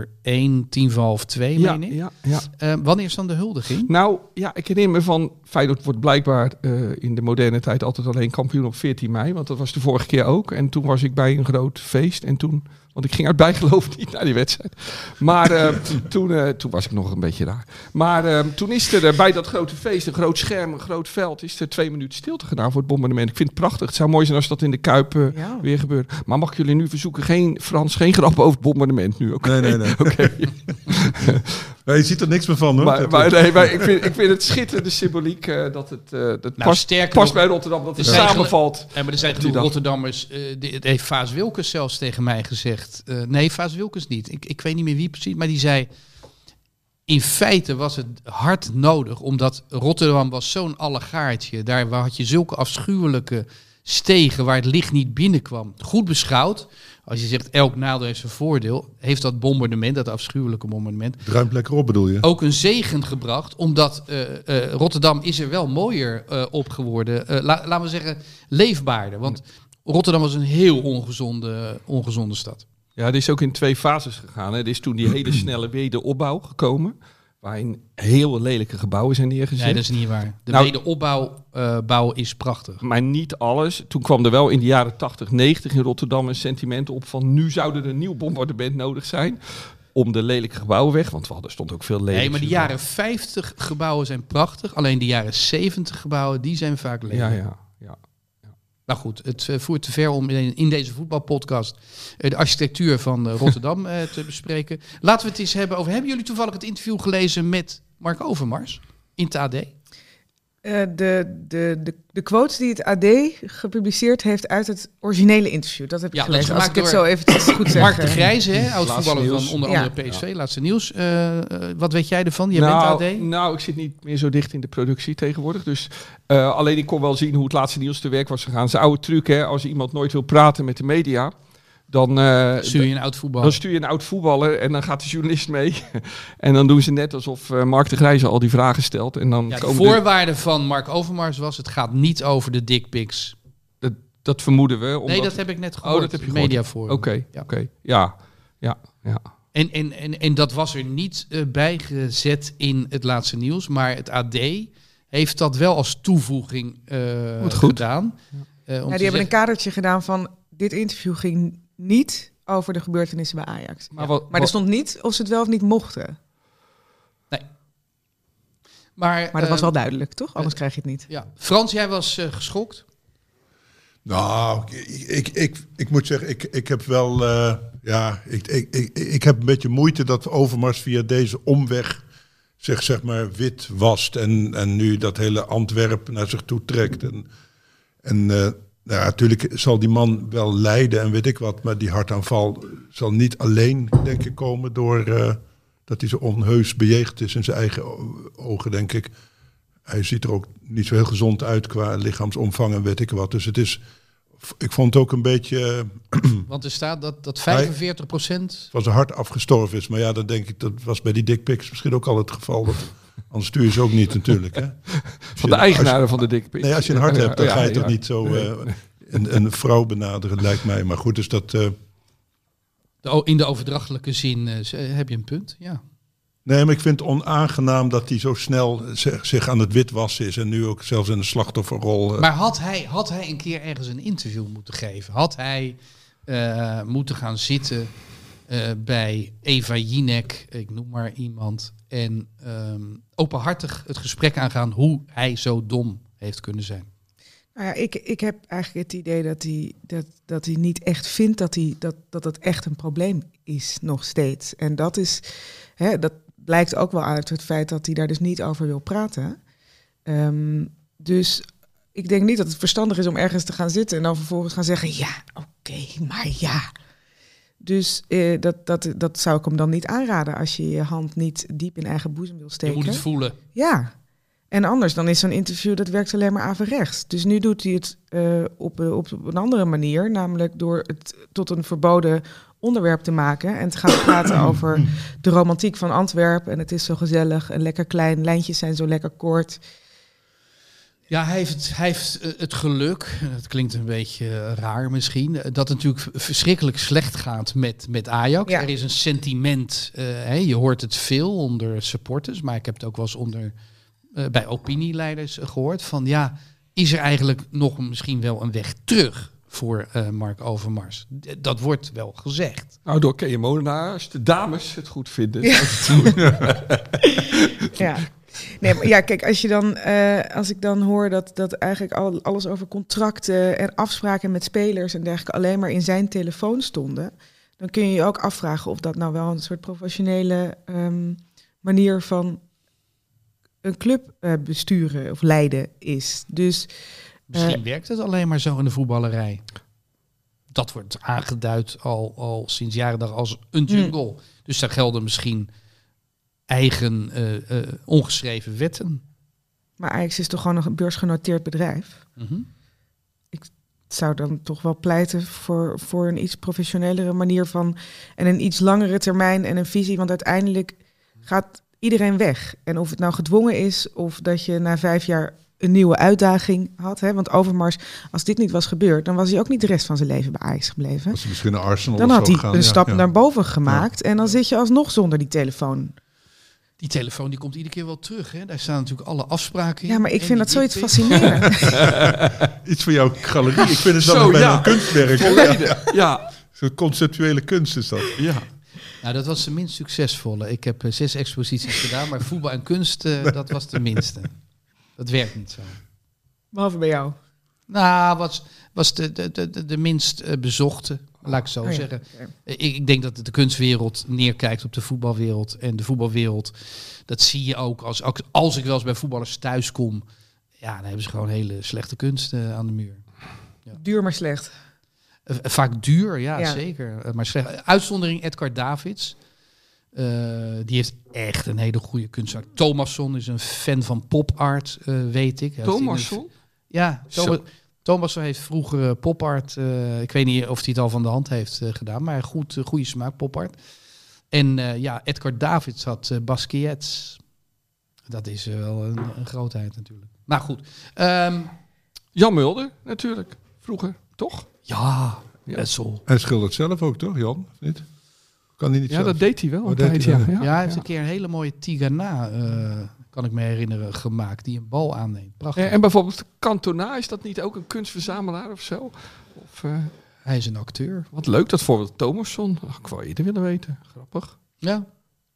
1:50, meen ik. Ja. Wanneer is dan de huldiging? Nou, ja, ik herinner me van... Feyenoord wordt blijkbaar in de moderne tijd altijd alleen kampioen op 14 mei. Want dat was de vorige keer ook. En toen was ik bij een groot feest. En toen... Want ik ging uit bijgeloof niet naar die wedstrijd. Maar toen was ik nog een beetje raar. Maar toen is er bij dat grote feest, een groot scherm, een groot veld... is er 2 minuten stilte gedaan voor het bombardement. Ik vind het prachtig. Het zou mooi zijn als dat in de Kuip weer gebeurt. Maar mag ik jullie nu verzoeken, geen grap over het bombardement nu? Okay. Nee. Okay. Je ziet er niks meer van, hoor. Maar ik vind het schitterende symboliek dat het past bij Rotterdam, dat het samenvalt. Maar er zijn genoeg Rotterdammers, het heeft Vaas Wilkes zelfs tegen mij gezegd. Nee, Vaas Wilkes niet. Ik weet niet meer wie precies, maar die zei... In feite was het hard nodig, omdat Rotterdam was zo'n allegaartje. Daar had je zulke afschuwelijke stegen waar het licht niet binnenkwam. Goed beschouwd. Als je zegt elk nadeel heeft zijn voordeel, heeft dat bombardement, dat afschuwelijke bombardement, Het ruimt lekker op, bedoel je? ook een zegen gebracht. Omdat Rotterdam is er wel mooier op geworden. Laten we zeggen leefbaarder. Want Rotterdam was een heel ongezonde stad. Ja, het is ook in 2 fases gegaan. Hè. Er is toen die hele snelle wederopbouw gekomen, waarin heel lelijke gebouwen zijn neergezet. Nee, dat is niet waar. De wederopbouw is prachtig. Maar niet alles. Toen kwam er wel in de jaren 80, 90 in Rotterdam een sentiment op van nu zou er een nieuw bombardement nodig zijn om de lelijke gebouwen weg. Want er stond ook veel lelijke. Nee, maar de jaren 50 gebouwen zijn prachtig. Alleen de jaren 70 gebouwen, die zijn vaak lelijk. Ja. Nou goed, het voert te ver om in deze voetbalpodcast de architectuur van Rotterdam te bespreken. Laten we het eens hebben over... Hebben jullie toevallig het interview gelezen met Mark Overmars in het AD? De quotes die het AD gepubliceerd heeft uit het originele interview. Dat heb ik gelezen, als ik het zo eventjes goed zeg. Mark de Grijze, oud-voetballer van onder andere PSV, Laatste Nieuws. Wat weet jij ervan? Jij bent AD? Nou, ik zit niet meer zo dicht in de productie tegenwoordig. Dus alleen ik kon wel zien hoe het Laatste Nieuws te werk was gegaan. Zijn oude truc, hè, als iemand nooit wil praten met de media, dan stuur je een oud voetballer. Dan stuur je een oud voetballer en dan gaat de journalist mee. En dan doen ze net alsof Mark de Grijze al die vragen stelt. En dan de voorwaarde van Mark Overmars was: het gaat niet over de dickpics. Dat vermoeden we. Nee, dat heb ik net gehoord. Dat heb je Mediaforum. Oké. Ja. En dat was er niet bij gezet in het Laatste Nieuws. Maar het AD heeft dat wel als toevoeging gedaan. Die hebben een kadertje gedaan van dit interview ging niet over de gebeurtenissen bij Ajax. Maar er stond niet of ze het wel of niet mochten. Nee. Maar dat was wel duidelijk, toch? Anders krijg je het niet. Ja. Frans, jij was geschokt? Nou, ik moet zeggen, ik heb wel... ik heb een beetje moeite dat Overmars via deze omweg zich zeg maar wit wast en nu dat hele Antwerpen naar zich toe trekt. Natuurlijk zal die man wel lijden en weet ik wat, maar die hartaanval zal niet alleen, denk ik, komen door dat hij zo onheus bejegend is in zijn eigen ogen, denk ik. Hij ziet er ook niet zo heel gezond uit qua lichaamsomvang en weet ik wat. Dus het is, ik vond het ook een beetje... Want er staat dat 45% van zijn hart afgestorven is. Maar ja, dan denk ik, dat was bij die dickpics misschien ook al het geval. Anders stuur je ze ook niet natuurlijk. Hè? Van de eigenaren van de dickpics. Nee, als je een hart hebt, dan ga je toch niet zo een vrouw benaderen, lijkt mij. Maar goed, dus dat... In de overdrachtelijke zin heb je een punt, ja. Nee, maar ik vind het onaangenaam dat hij zo snel zich aan het witwassen is en nu ook zelfs in de slachtofferrol. Maar had hij een keer ergens een interview moeten geven? Had hij moeten gaan zitten bij Eva Jinek, ik noem maar iemand, en openhartig het gesprek aangaan hoe hij zo dom heeft kunnen zijn? Nou ja, ik heb eigenlijk het idee dat hij niet echt vindt dat het echt een probleem is nog steeds. En dat is, dat blijkt ook wel uit het feit dat hij daar dus niet over wil praten. Dus ik denk niet dat het verstandig is om ergens te gaan zitten en dan vervolgens gaan zeggen, ja, oké, maar ja. Dus dat zou ik hem dan niet aanraden als je je hand niet diep in eigen boezem wil steken. Je moet het voelen. Ja. En anders, dan is zo'n interview, dat werkt alleen maar averechts. Dus nu doet hij het op een andere manier, namelijk door het tot een verboden onderwerp te maken en te gaan praten over de romantiek van Antwerpen. En het is zo gezellig en lekker klein, lijntjes zijn zo lekker kort. Ja, hij heeft het geluk, het klinkt een beetje raar misschien, dat het natuurlijk verschrikkelijk slecht gaat met Ajax. Ja. Er is een sentiment, je hoort het veel onder supporters, maar ik heb het ook wel eens bij opinieleiders gehoord van ja, is er eigenlijk nog misschien wel een weg terug voor Mark Overmars? Dat wordt wel gezegd. Nou, door Kees Molenaar, als de dames het goed vinden. Ja. Nee, maar ja, kijk, als ik dan hoor dat eigenlijk alles over contracten en afspraken met spelers en dergelijke alleen maar in zijn telefoon stonden, dan kun je je ook afvragen of dat nou wel een soort professionele manier van een club besturen of leiden is. Dus misschien werkt het alleen maar zo in de voetballerij. Dat wordt aangeduid al sinds jaren dag als een jungle. Dus daar gelden misschien eigen ongeschreven wetten. Maar Ajax is toch gewoon een beursgenoteerd bedrijf? Mm-hmm. zou dan toch wel pleiten voor een iets professionelere manier van... en een iets langere termijn en een visie. Want uiteindelijk gaat iedereen weg. En of het nou gedwongen is of dat je na 5 jaar een nieuwe uitdaging had. Hè? Want Overmars, als dit niet was gebeurd, dan was hij ook niet de rest van zijn leven bij Ajax gebleven. Was hij misschien naar Arsenal dan had hij gegaan. een stap naar boven gemaakt. En dan zit je alsnog zonder die telefoon. Die telefoon die komt iedere keer wel terug. Hè? Daar staan natuurlijk alle afspraken in. Ja, maar ik vind dat zoiets fascinerend. Iets voor jouw galerie. Ik vind het wel bijna een kunstwerk. Ja. Zo'n conceptuele kunst is dat. Ja. Nou, dat was de minst succesvolle. Ik heb 6 exposities gedaan, maar voetbal en kunst, dat was de minste. Dat werkt niet zo. Behalve bij jou. Nou, was de minst bezochte, laat ik zo zeggen. Okay. Ik denk dat de kunstwereld neerkijkt op de voetbalwereld. En de voetbalwereld, dat zie je ook als ik wel eens bij voetballers thuis kom. Ja, dan hebben ze gewoon hele slechte kunst aan de muur. Ja. Duur maar slecht. Vaak duur, ja. Zeker. Maar slecht. Uitzondering Edgar Davids. Die heeft echt een hele goede kunstenaar. Thomasson is een fan van pop art, weet ik. Thomasson? Ja, Thomasson heeft vroeger pop art. Ik weet niet of hij het al van de hand heeft gedaan, maar goede smaak pop art. En Edgar Davids had Basquiat. Dat is wel een grootheid natuurlijk. Maar goed. Jan Mulder natuurlijk, vroeger, toch? Ja, Wessel. Hij schildert zelf ook, toch, Jan? Of niet? Kan hij niet zelf? Dat deed hij wel een tijdje. Hij heeft een keer een hele mooie Tigana, kan ik me herinneren, gemaakt. Die een bal aanneemt. Prachtig. En bijvoorbeeld Cantona, is dat niet ook een kunstverzamelaar of zo? Of, hij is een acteur. Wat leuk, dat voorbeeld Thomasson. Ik wou eerder willen weten. Grappig. Ja.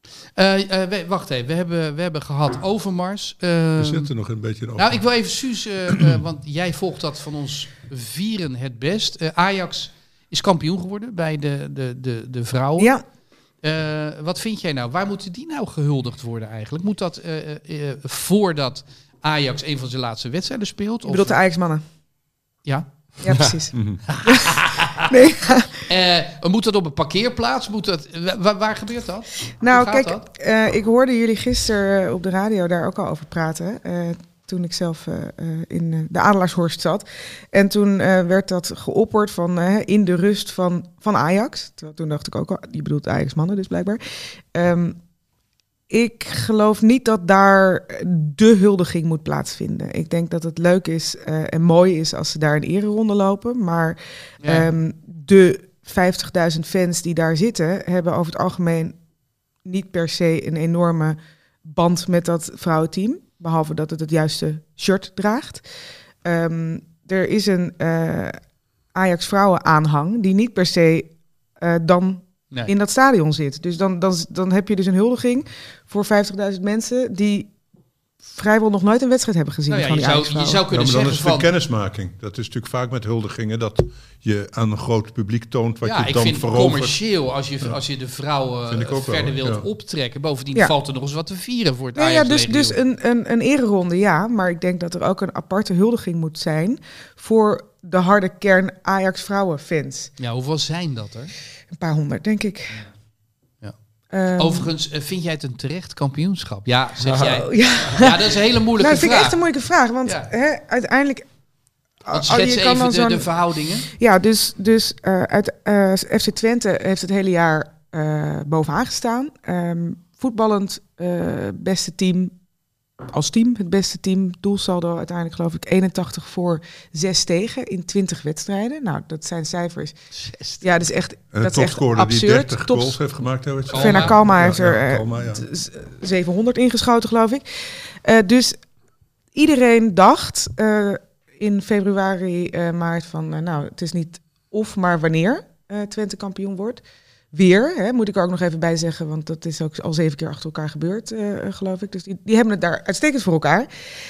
Wacht even, we hebben gehad Overmars. We zitten nog een beetje over. Nou, ik wil even Suus, want jij volgt dat van ons vieren het best. Ajax is kampioen geworden bij de vrouwen. Ja. Wat vind jij nou? Waar moeten die nou gehuldigd worden eigenlijk? Moet dat voordat Ajax een van zijn laatste wedstrijden speelt? Je bedoelt de Ajax-mannen? Ja. Ja, precies. Nee. Moet dat op een parkeerplaats? Waar gebeurt dat? Nou, kijk, ik hoorde jullie gisteren op de radio daar ook al over praten. Toen ik zelf in de Adelaarshorst zat. En toen werd dat geopperd van in de rust van Ajax. Toen dacht ik ook al, je bedoelt Ajax-mannen dus blijkbaar. Ik geloof niet dat daar de huldiging moet plaatsvinden. Ik denk dat het leuk is en mooi is als ze daar een ereronde lopen. Maar de 50.000 fans die daar zitten, hebben over het algemeen niet per se een enorme band met dat vrouwenteam. Behalve dat het juiste shirt draagt. Er is een Ajax vrouwen aanhang die niet per se dan in dat stadion zit. Dus dan heb je dus een huldiging voor 50.000 mensen die vrijwel nog nooit een wedstrijd hebben gezien. Nou ja, je zou kunnen zeggen dan is het een kennismaking. Dat is natuurlijk vaak met huldigingen dat je aan een groot publiek toont wat je dan verovert. Ja, ik vind commercieel als je de vrouwen verder wilt optrekken. Bovendien valt er nog eens wat te vieren voor het Ajax-legioen. Dus een ereronde, ja. Maar ik denk dat er ook een aparte huldiging moet zijn voor de harde kern Ajax-vrouwen-fans. Ja, hoeveel zijn dat er? Een paar honderd, denk ik. Overigens, vind jij het een terecht kampioenschap? Ja, zeg jij. Ja, dat is een hele moeilijke vraag. Dat vind ik echt een moeilijke vraag. Want uiteindelijk... Schets even de verhoudingen. Ja, dus FC Twente heeft het hele jaar bovenaan gestaan. Voetballend beste team. Als team het beste team. Doelsaldo uiteindelijk geloof ik 81 voor 6 tegen in 20 wedstrijden. Nou, dat zijn cijfers. 16. Ja, dat is echt, dat is echt absurd. Die 30 goals heeft gemaakt. Fena Kalma heeft er 700 ingeschoten, geloof ik. Dus iedereen dacht in februari, maart van... het is niet of, maar wanneer Twente kampioen wordt. Weer, moet ik er ook nog even bij zeggen, want dat is ook al 7 keer achter elkaar gebeurd, geloof ik. Dus die hebben het daar uitstekend voor elkaar.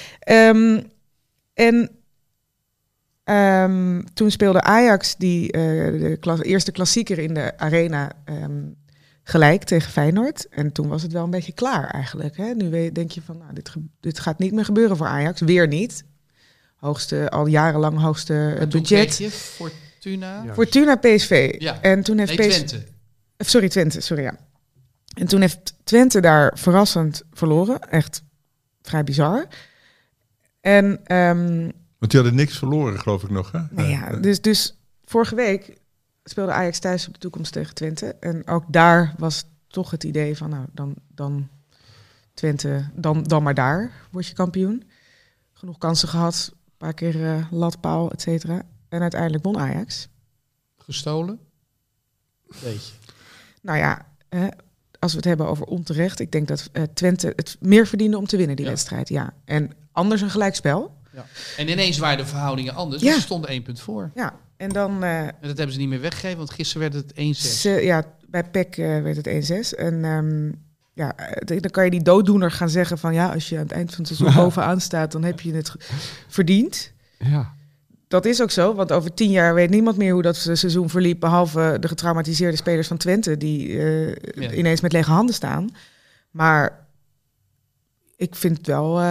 Toen speelde Ajax de eerste klassieker in de arena gelijk tegen Feyenoord. En toen was het wel een beetje klaar eigenlijk. Hè? Nu denk je van, dit gaat niet meer gebeuren voor Ajax. Weer niet. Al jarenlang hoogste budget. Fortuna? Ja. Fortuna PSV. Ja. En toen heeft Twente. Twente, ja. En toen heeft Twente daar verrassend verloren. Echt vrij bizar. En Want die hadden niks verloren, geloof ik nog. Hè? Nou ja, dus vorige week speelde Ajax thuis op de toekomst tegen Twente. En ook daar was toch het idee van, nou, dan Twente, dan maar daar word je kampioen. Genoeg kansen gehad, een paar keer latpaal, et cetera. En uiteindelijk won Ajax. Gestolen? Weet je. Nou ja, als we het hebben over onterecht, ik denk dat Twente het meer verdiende om te winnen, die wedstrijd. Ja. En anders een gelijkspel. Ja. En ineens waren de verhoudingen anders. Ja. Ze stonden 1 punt voor. Ja, en dan... en dat hebben ze niet meer weggegeven, want gisteren werd het 1-6. Ja, bij PEC werd het 1-6. En dan kan je die dooddoener gaan zeggen van... ja, als je aan het eind van het seizoen bovenaan staat, dan heb je het verdiend. Ja. Dat is ook zo, want over 10 jaar weet niemand meer hoe dat seizoen verliep... behalve de getraumatiseerde spelers van Twente... die ineens met lege handen staan. Maar ik vind het wel...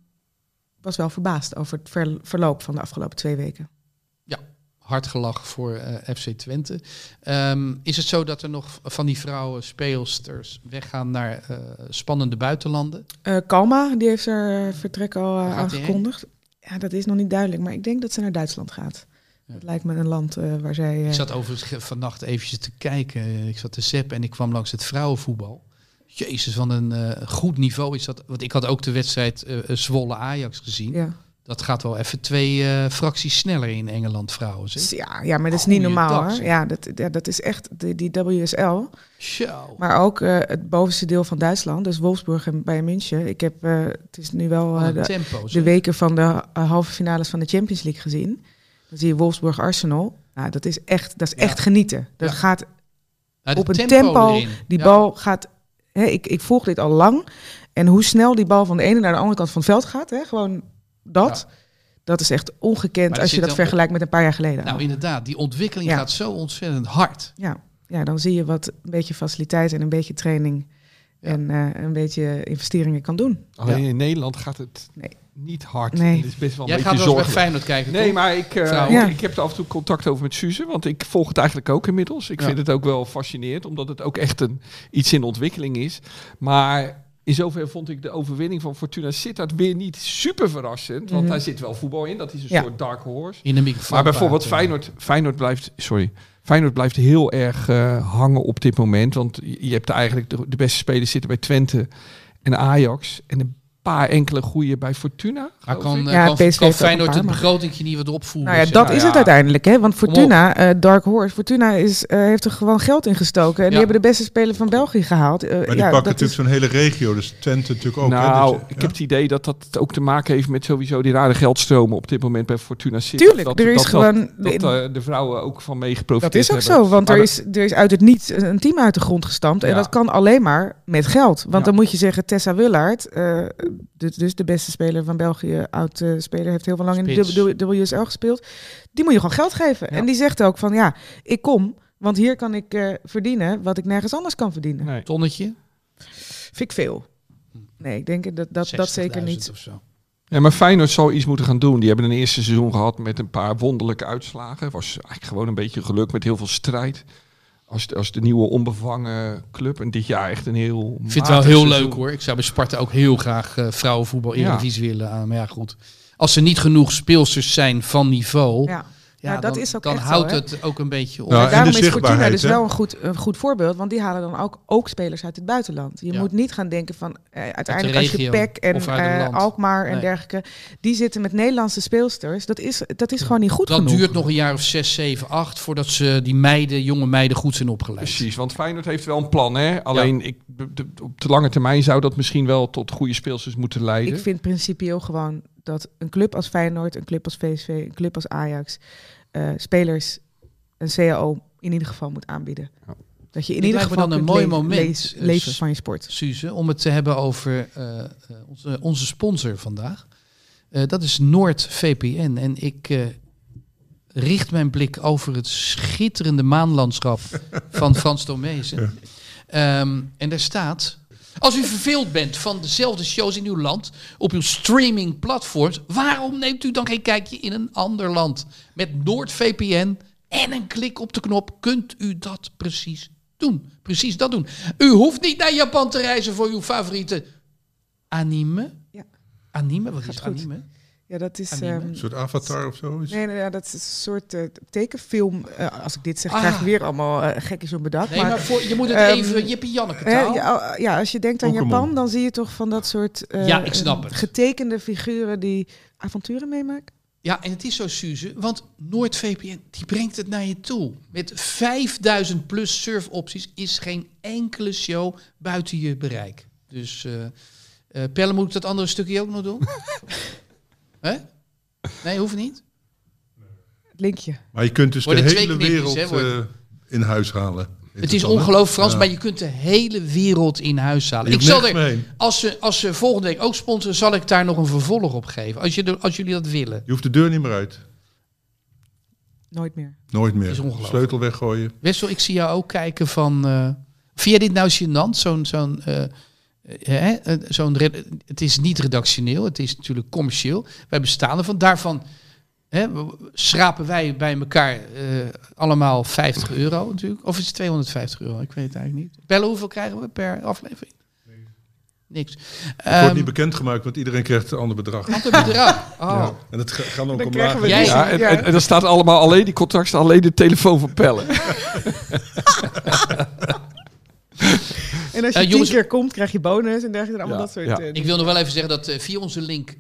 was wel verbaasd over het verloop van de afgelopen 2 weken. Ja, hard gelachen voor FC Twente. Is het zo dat er nog van die vrouwen speelsters weggaan naar spannende buitenlanden? Kalma, die heeft haar vertrek al aangekondigd. Ja, dat is nog niet duidelijk, maar ik denk dat ze naar Duitsland gaat. Ja. Dat lijkt me een land waar zij... Ik zat overigens vannacht eventjes te kijken. Ik zat te zappen en ik kwam langs het vrouwenvoetbal. Jezus, van een goed niveau is dat. Want ik had ook de wedstrijd Zwolle-Ajax gezien. Ja. Dat gaat wel even 2 fracties sneller in Engeland, vrouwen. Zeg. Ja, maar dat is niet normaal. Hoor. Ja, dat is echt die WSL. Show. Maar ook het bovenste deel van Duitsland, dus Wolfsburg en Bayern München. Ik heb, het is nu wel de weken van de halve finales van de Champions League gezien. Dan zie je Wolfsburg-Arsenal. Nou, dat is echt genieten. Dat gaat op een tempo erin. Die bal gaat... Ik volg dit al lang. En hoe snel die bal van de ene naar de andere kant van het veld gaat. Gewoon dat. Ja. Dat is echt ongekend als je dat vergelijkt met een paar jaar geleden. Nou, inderdaad. Die ontwikkeling gaat zo ontzettend hard. Ja, dan zie je wat een beetje faciliteit en een beetje training... en een beetje investeringen kan doen. Alleen in Nederland gaat het niet hard. Nee. Het is best wel een Jij beetje gaat wel eens bij Feyenoord kijken, Nee, toch? maar ik heb er af en toe contact over met Suze. Want ik volg het eigenlijk ook inmiddels. Ik vind het ook wel fascinerend. Omdat het ook echt iets in ontwikkeling is. Maar in zoverre vond ik de overwinning van Fortuna Sittard weer niet super verrassend. Want daar zit wel voetbal in. Dat is een soort dark horse. In de microfoon. Maar bijvoorbeeld Feyenoord blijft heel erg hangen op dit moment. Want je hebt eigenlijk de beste spelers zitten bij Twente en Ajax. En een paar enkele goede bij Fortuna. Kan Feyenoord het begrotingje niet wat opvoeren? Nou ja, dat is het uiteindelijk. Hè? Want Fortuna, Dark Horse, Fortuna heeft er gewoon geld in gestoken. En die hebben de beste speler van België gehaald. Maar die pakken natuurlijk zo'n hele regio. Dus Twente natuurlijk ook. Nou, ik heb het idee dat dat ook te maken heeft met sowieso die rare geldstromen op dit moment bij Fortuna Sittard. Tuurlijk, er is gewoon... Dat de vrouwen ook van meegeprofiteerd hebben. Dat is ook zo, want er is uit het niets een team uit de grond gestampt. En dat kan alleen maar met geld. Want dan moet je zeggen, Tessa Willaert... dus de beste speler van België, oud-speler, heeft heel veel lang in de WSL gespeeld. Die moet je gewoon geld geven. Ja. En die zegt ook van, ik kom, want hier kan ik verdienen wat ik nergens anders kan verdienen. Nee. Tonnetje? Vind ik veel. Nee, ik denk dat zeker niet. Of zo. Ja, maar Feyenoord zal iets moeten gaan doen. Die hebben een eerste seizoen gehad met een paar wonderlijke uitslagen. Het was eigenlijk gewoon een beetje geluk met heel veel strijd. Als de nieuwe onbevangen club. En dit jaar echt een heel... Ik vind het wel heel leuk hoor. Ik zou bij Sparta ook heel graag vrouwenvoetbal Eredivisie willen aan. Maar ja, goed. Als er niet genoeg speelsters zijn van niveau... Ja, dat is ook dan houdt het ook een beetje op. Ja, daarom is Fortuna dus wel een goed voorbeeld. Want die halen dan ook spelers uit het buitenland. Je moet niet gaan denken van... uiteindelijk als je PEC en Alkmaar en dergelijke... die zitten met Nederlandse speelsters. Dat is gewoon niet goed genoeg. Dat duurt nog een jaar of 6, 7, 8... voordat ze die jonge meiden goed zijn opgeleid. Precies, want Feyenoord heeft wel een plan. Hè? Alleen op de lange termijn zou dat misschien wel... tot goede speelsters moeten leiden. Ik vind principieel gewoon... dat een club als Feyenoord, een club als VSV, een club als Ajax... spelers een CAO in ieder geval moet aanbieden. Ja. Dat je in ieder geval dan een mooi moment leven van je sport. Suze, om het te hebben over onze sponsor vandaag. Dat is NoordVPN. En ik richt mijn blik over het schitterende maanlandschap van Frans Tomezen. Ja. En daar staat... Als u verveeld bent van dezelfde shows in uw land, op uw streamingplatforms, waarom neemt u dan geen kijkje in een ander land? Met NoordVPN en een klik op de knop kunt u dat precies doen. Precies dat doen. U hoeft niet naar Japan te reizen voor uw favoriete anime. Ja. Anime? Wat is anime? Ja, dat is... een soort Avatar of zo? Nee, dat is een soort tekenfilm. Als ik dit zeg, krijg ik weer allemaal gekjes op bedacht. Nee, maar je moet het even Jippie Janneke taal. Als je denkt aan Japan, dan zie je toch van dat soort ik snap het. getekende figuren die avonturen meemaken. Ja, en het is zo, Suze, want NoordVPN die brengt het naar je toe. Met 5000 plus surfopties is geen enkele show buiten je bereik. Dus Pelle, moet ik dat andere stukje ook nog doen? Hè? Nee, hoeft niet. Het linkje. Maar je kunt dus de hele wereld in huis halen. Het is ongelooflijk, Frans, maar je kunt de hele wereld in huis halen. Ik zal als ze volgende week ook sponsoren, zal ik daar nog een vervolg op geven. Als jullie dat willen. Je hoeft de deur niet meer uit. Nooit meer. Nooit meer. Sleutel weggooien. Wessel, ik zie jou ook kijken van... vind jij dit nou gênant? Het is niet redactioneel, het is natuurlijk commercieel. Wij bestaan ervan. Daarvan schrapen wij bij elkaar allemaal €50 natuurlijk. Of is het €250? Ik weet het eigenlijk niet. Bellen, hoeveel krijgen we per aflevering? Niks. Het wordt niet bekendgemaakt, want iedereen krijgt een ander bedrag. Ander bedrag? Oh. Ja. En dat gaat ook omlaag. En er staat allemaal alleen, die contract staat alleen de telefoon van Pelle. En als je 10 keer komt, krijg je bonus en dergelijke. Allemaal dat soort dingen. Ik wil nog wel even zeggen dat via onze link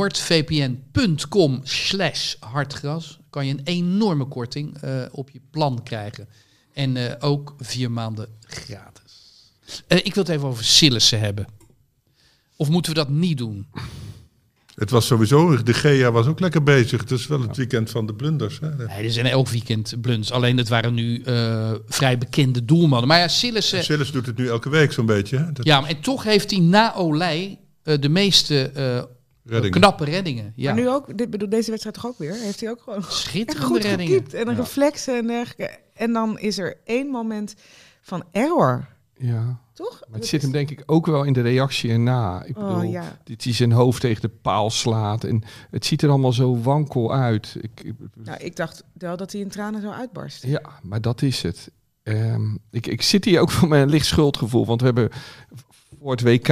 noordvpn.com/hartgras kan je een enorme korting op je plan krijgen. En ook 4 maanden gratis. Ik wil het even over Sillissen hebben. Of moeten we dat niet doen? Het was sowieso, de GEA was ook lekker bezig. Het is wel het weekend van de blunders. Hè? Nee, er zijn elk weekend blunders. Alleen het waren nu vrij bekende doelmannen. Maar ja, Sillissen doet het nu elke week zo'n beetje. Hè? Ja, en toch heeft hij na Olij de meeste knappe reddingen. Ja. Maar nu ook, deze wedstrijd toch ook weer? Heeft hij ook gewoon schitterende reddingen. Gekiept en een reflex en dergelijke. En dan is er 1 moment van error. Ja. Toch? Maar het zit hem denk ik ook wel in de reactie erna. Ik bedoel, dat hij zijn hoofd tegen de paal slaat. En het ziet er allemaal zo wankel uit. Ik dacht wel dat hij in tranen zou uitbarsten. Ja, maar dat is het. Ik zit hier ook van mijn licht schuldgevoel. Want we hebben voor het WK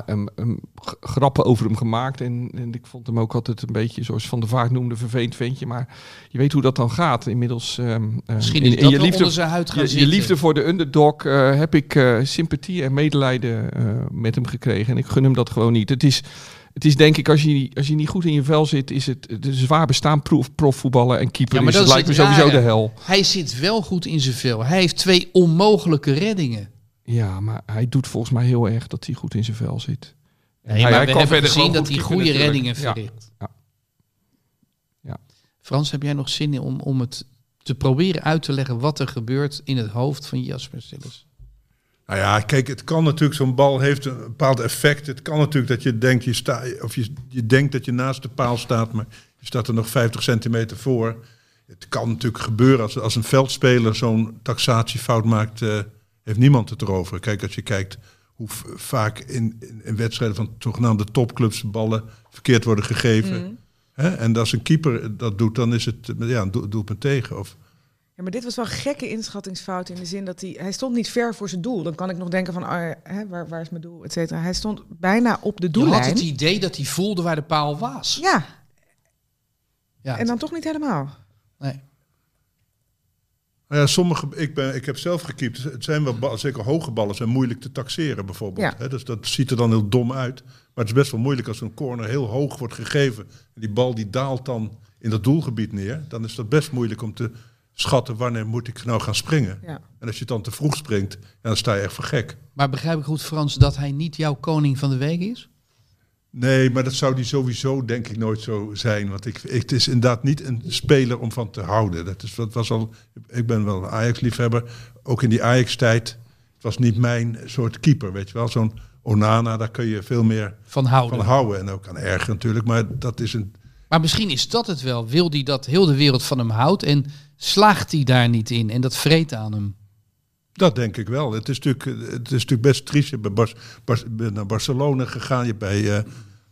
grappen over hem gemaakt. En ik vond hem ook altijd een beetje, zoals Van der Vaart noemde, vervelend ventje. Maar je weet hoe dat dan gaat. Inmiddels misschien is dat je liefde, onder zijn huid gaan zitten. Je liefde voor de underdog heb ik sympathie en medelijden met hem gekregen. En ik gun hem dat gewoon niet. Het is denk ik, als je niet goed in je vel zit, is het zwaar bestaan profvoetballen en keeper. Ja, maar dat lijkt me sowieso de hel. Hij zit wel goed in zijn vel. Hij heeft 2 onmogelijke reddingen. Ja, maar hij doet volgens mij heel erg dat hij goed in zijn vel zit. Nee, maar we hebben gezien dat hij goede reddingen verricht. Ja. Frans, heb jij nog zin in om het te proberen uit te leggen wat er gebeurt in het hoofd van Jasper Sillissen? Nou ja, kijk, het kan natuurlijk, zo'n bal heeft een bepaald effect. Het kan natuurlijk dat je denkt, je denkt dat je naast de paal staat, maar je staat er nog 50 centimeter voor. Het kan natuurlijk gebeuren als een veldspeler zo'n taxatiefout maakt, heeft niemand het erover. Kijk, als je kijkt hoe vaak in wedstrijden van zogenaamde topclubs ballen verkeerd worden gegeven. Hè? En als een keeper dat doet, dan is het een doelpunt tegen. Ja, maar dit was wel een gekke inschattingsfout in de zin dat hij stond niet ver voor zijn doel. Dan kan ik nog denken van, waar is mijn doel, et cetera. Hij stond bijna op de doellijn. Je had het idee dat hij voelde waar de paal was. Ja. En dan toch niet helemaal. Nee. Ja, ik heb zelf gekiept. Het zijn wel zeker hoge ballen zijn moeilijk te taxeren bijvoorbeeld. Ja. Dus dat ziet er dan heel dom uit. Maar het is best wel moeilijk als een corner heel hoog wordt gegeven. En die bal die daalt dan in dat doelgebied neer. Dan is dat best moeilijk om te schatten wanneer moet ik nou gaan springen. Ja. En als je dan te vroeg springt, dan sta je echt voor gek. Maar begrijp ik goed, Frans, dat hij niet jouw koning van de week is? Nee, maar dat zou die sowieso denk ik nooit zo zijn. Want het is inderdaad niet een speler om van te houden. Ik ben wel een Ajax-liefhebber. Ook in die Ajax-tijd. Het was niet mijn soort keeper, weet je wel. Zo'n Onana, daar kun je veel meer van houden. En ook aan erger natuurlijk. Maar dat is een... Maar misschien is dat het wel. Wil hij dat heel de wereld van hem houdt en slaagt hij daar niet in en dat vreet aan hem? Dat denk ik wel. Het is natuurlijk best triest. Je bent naar Barcelona gegaan. Je bij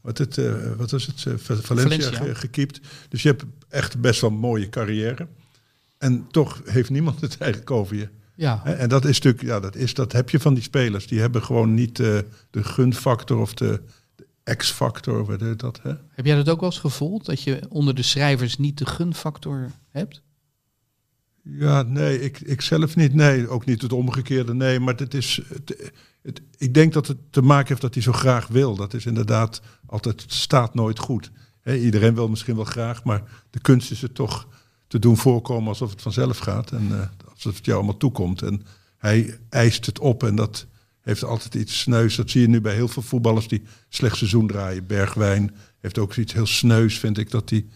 Valencia gekiept. Dus je hebt echt best wel een mooie carrière. En toch heeft niemand het eigenlijk over je. Ja. En dat is natuurlijk, dat heb je van die spelers. Die hebben gewoon niet de gunfactor of X-factor, wat is dat? Hè? Heb jij dat ook wel eens gevoeld? Dat je onder de schrijvers niet de gunfactor hebt? Ja, nee, ik zelf niet. Nee, ook niet het omgekeerde. Nee, maar ik denk dat het te maken heeft dat hij zo graag wil. Dat is inderdaad altijd, het staat nooit goed. Iedereen wil misschien wel graag, maar de kunst is het toch te doen voorkomen alsof het vanzelf gaat. En alsof het jou allemaal toekomt. En hij eist het op en dat heeft altijd iets sneus. Dat zie je nu bij heel veel voetballers die slecht seizoen draaien. Bergwijn heeft ook zoiets heel sneus, vind ik, dat hij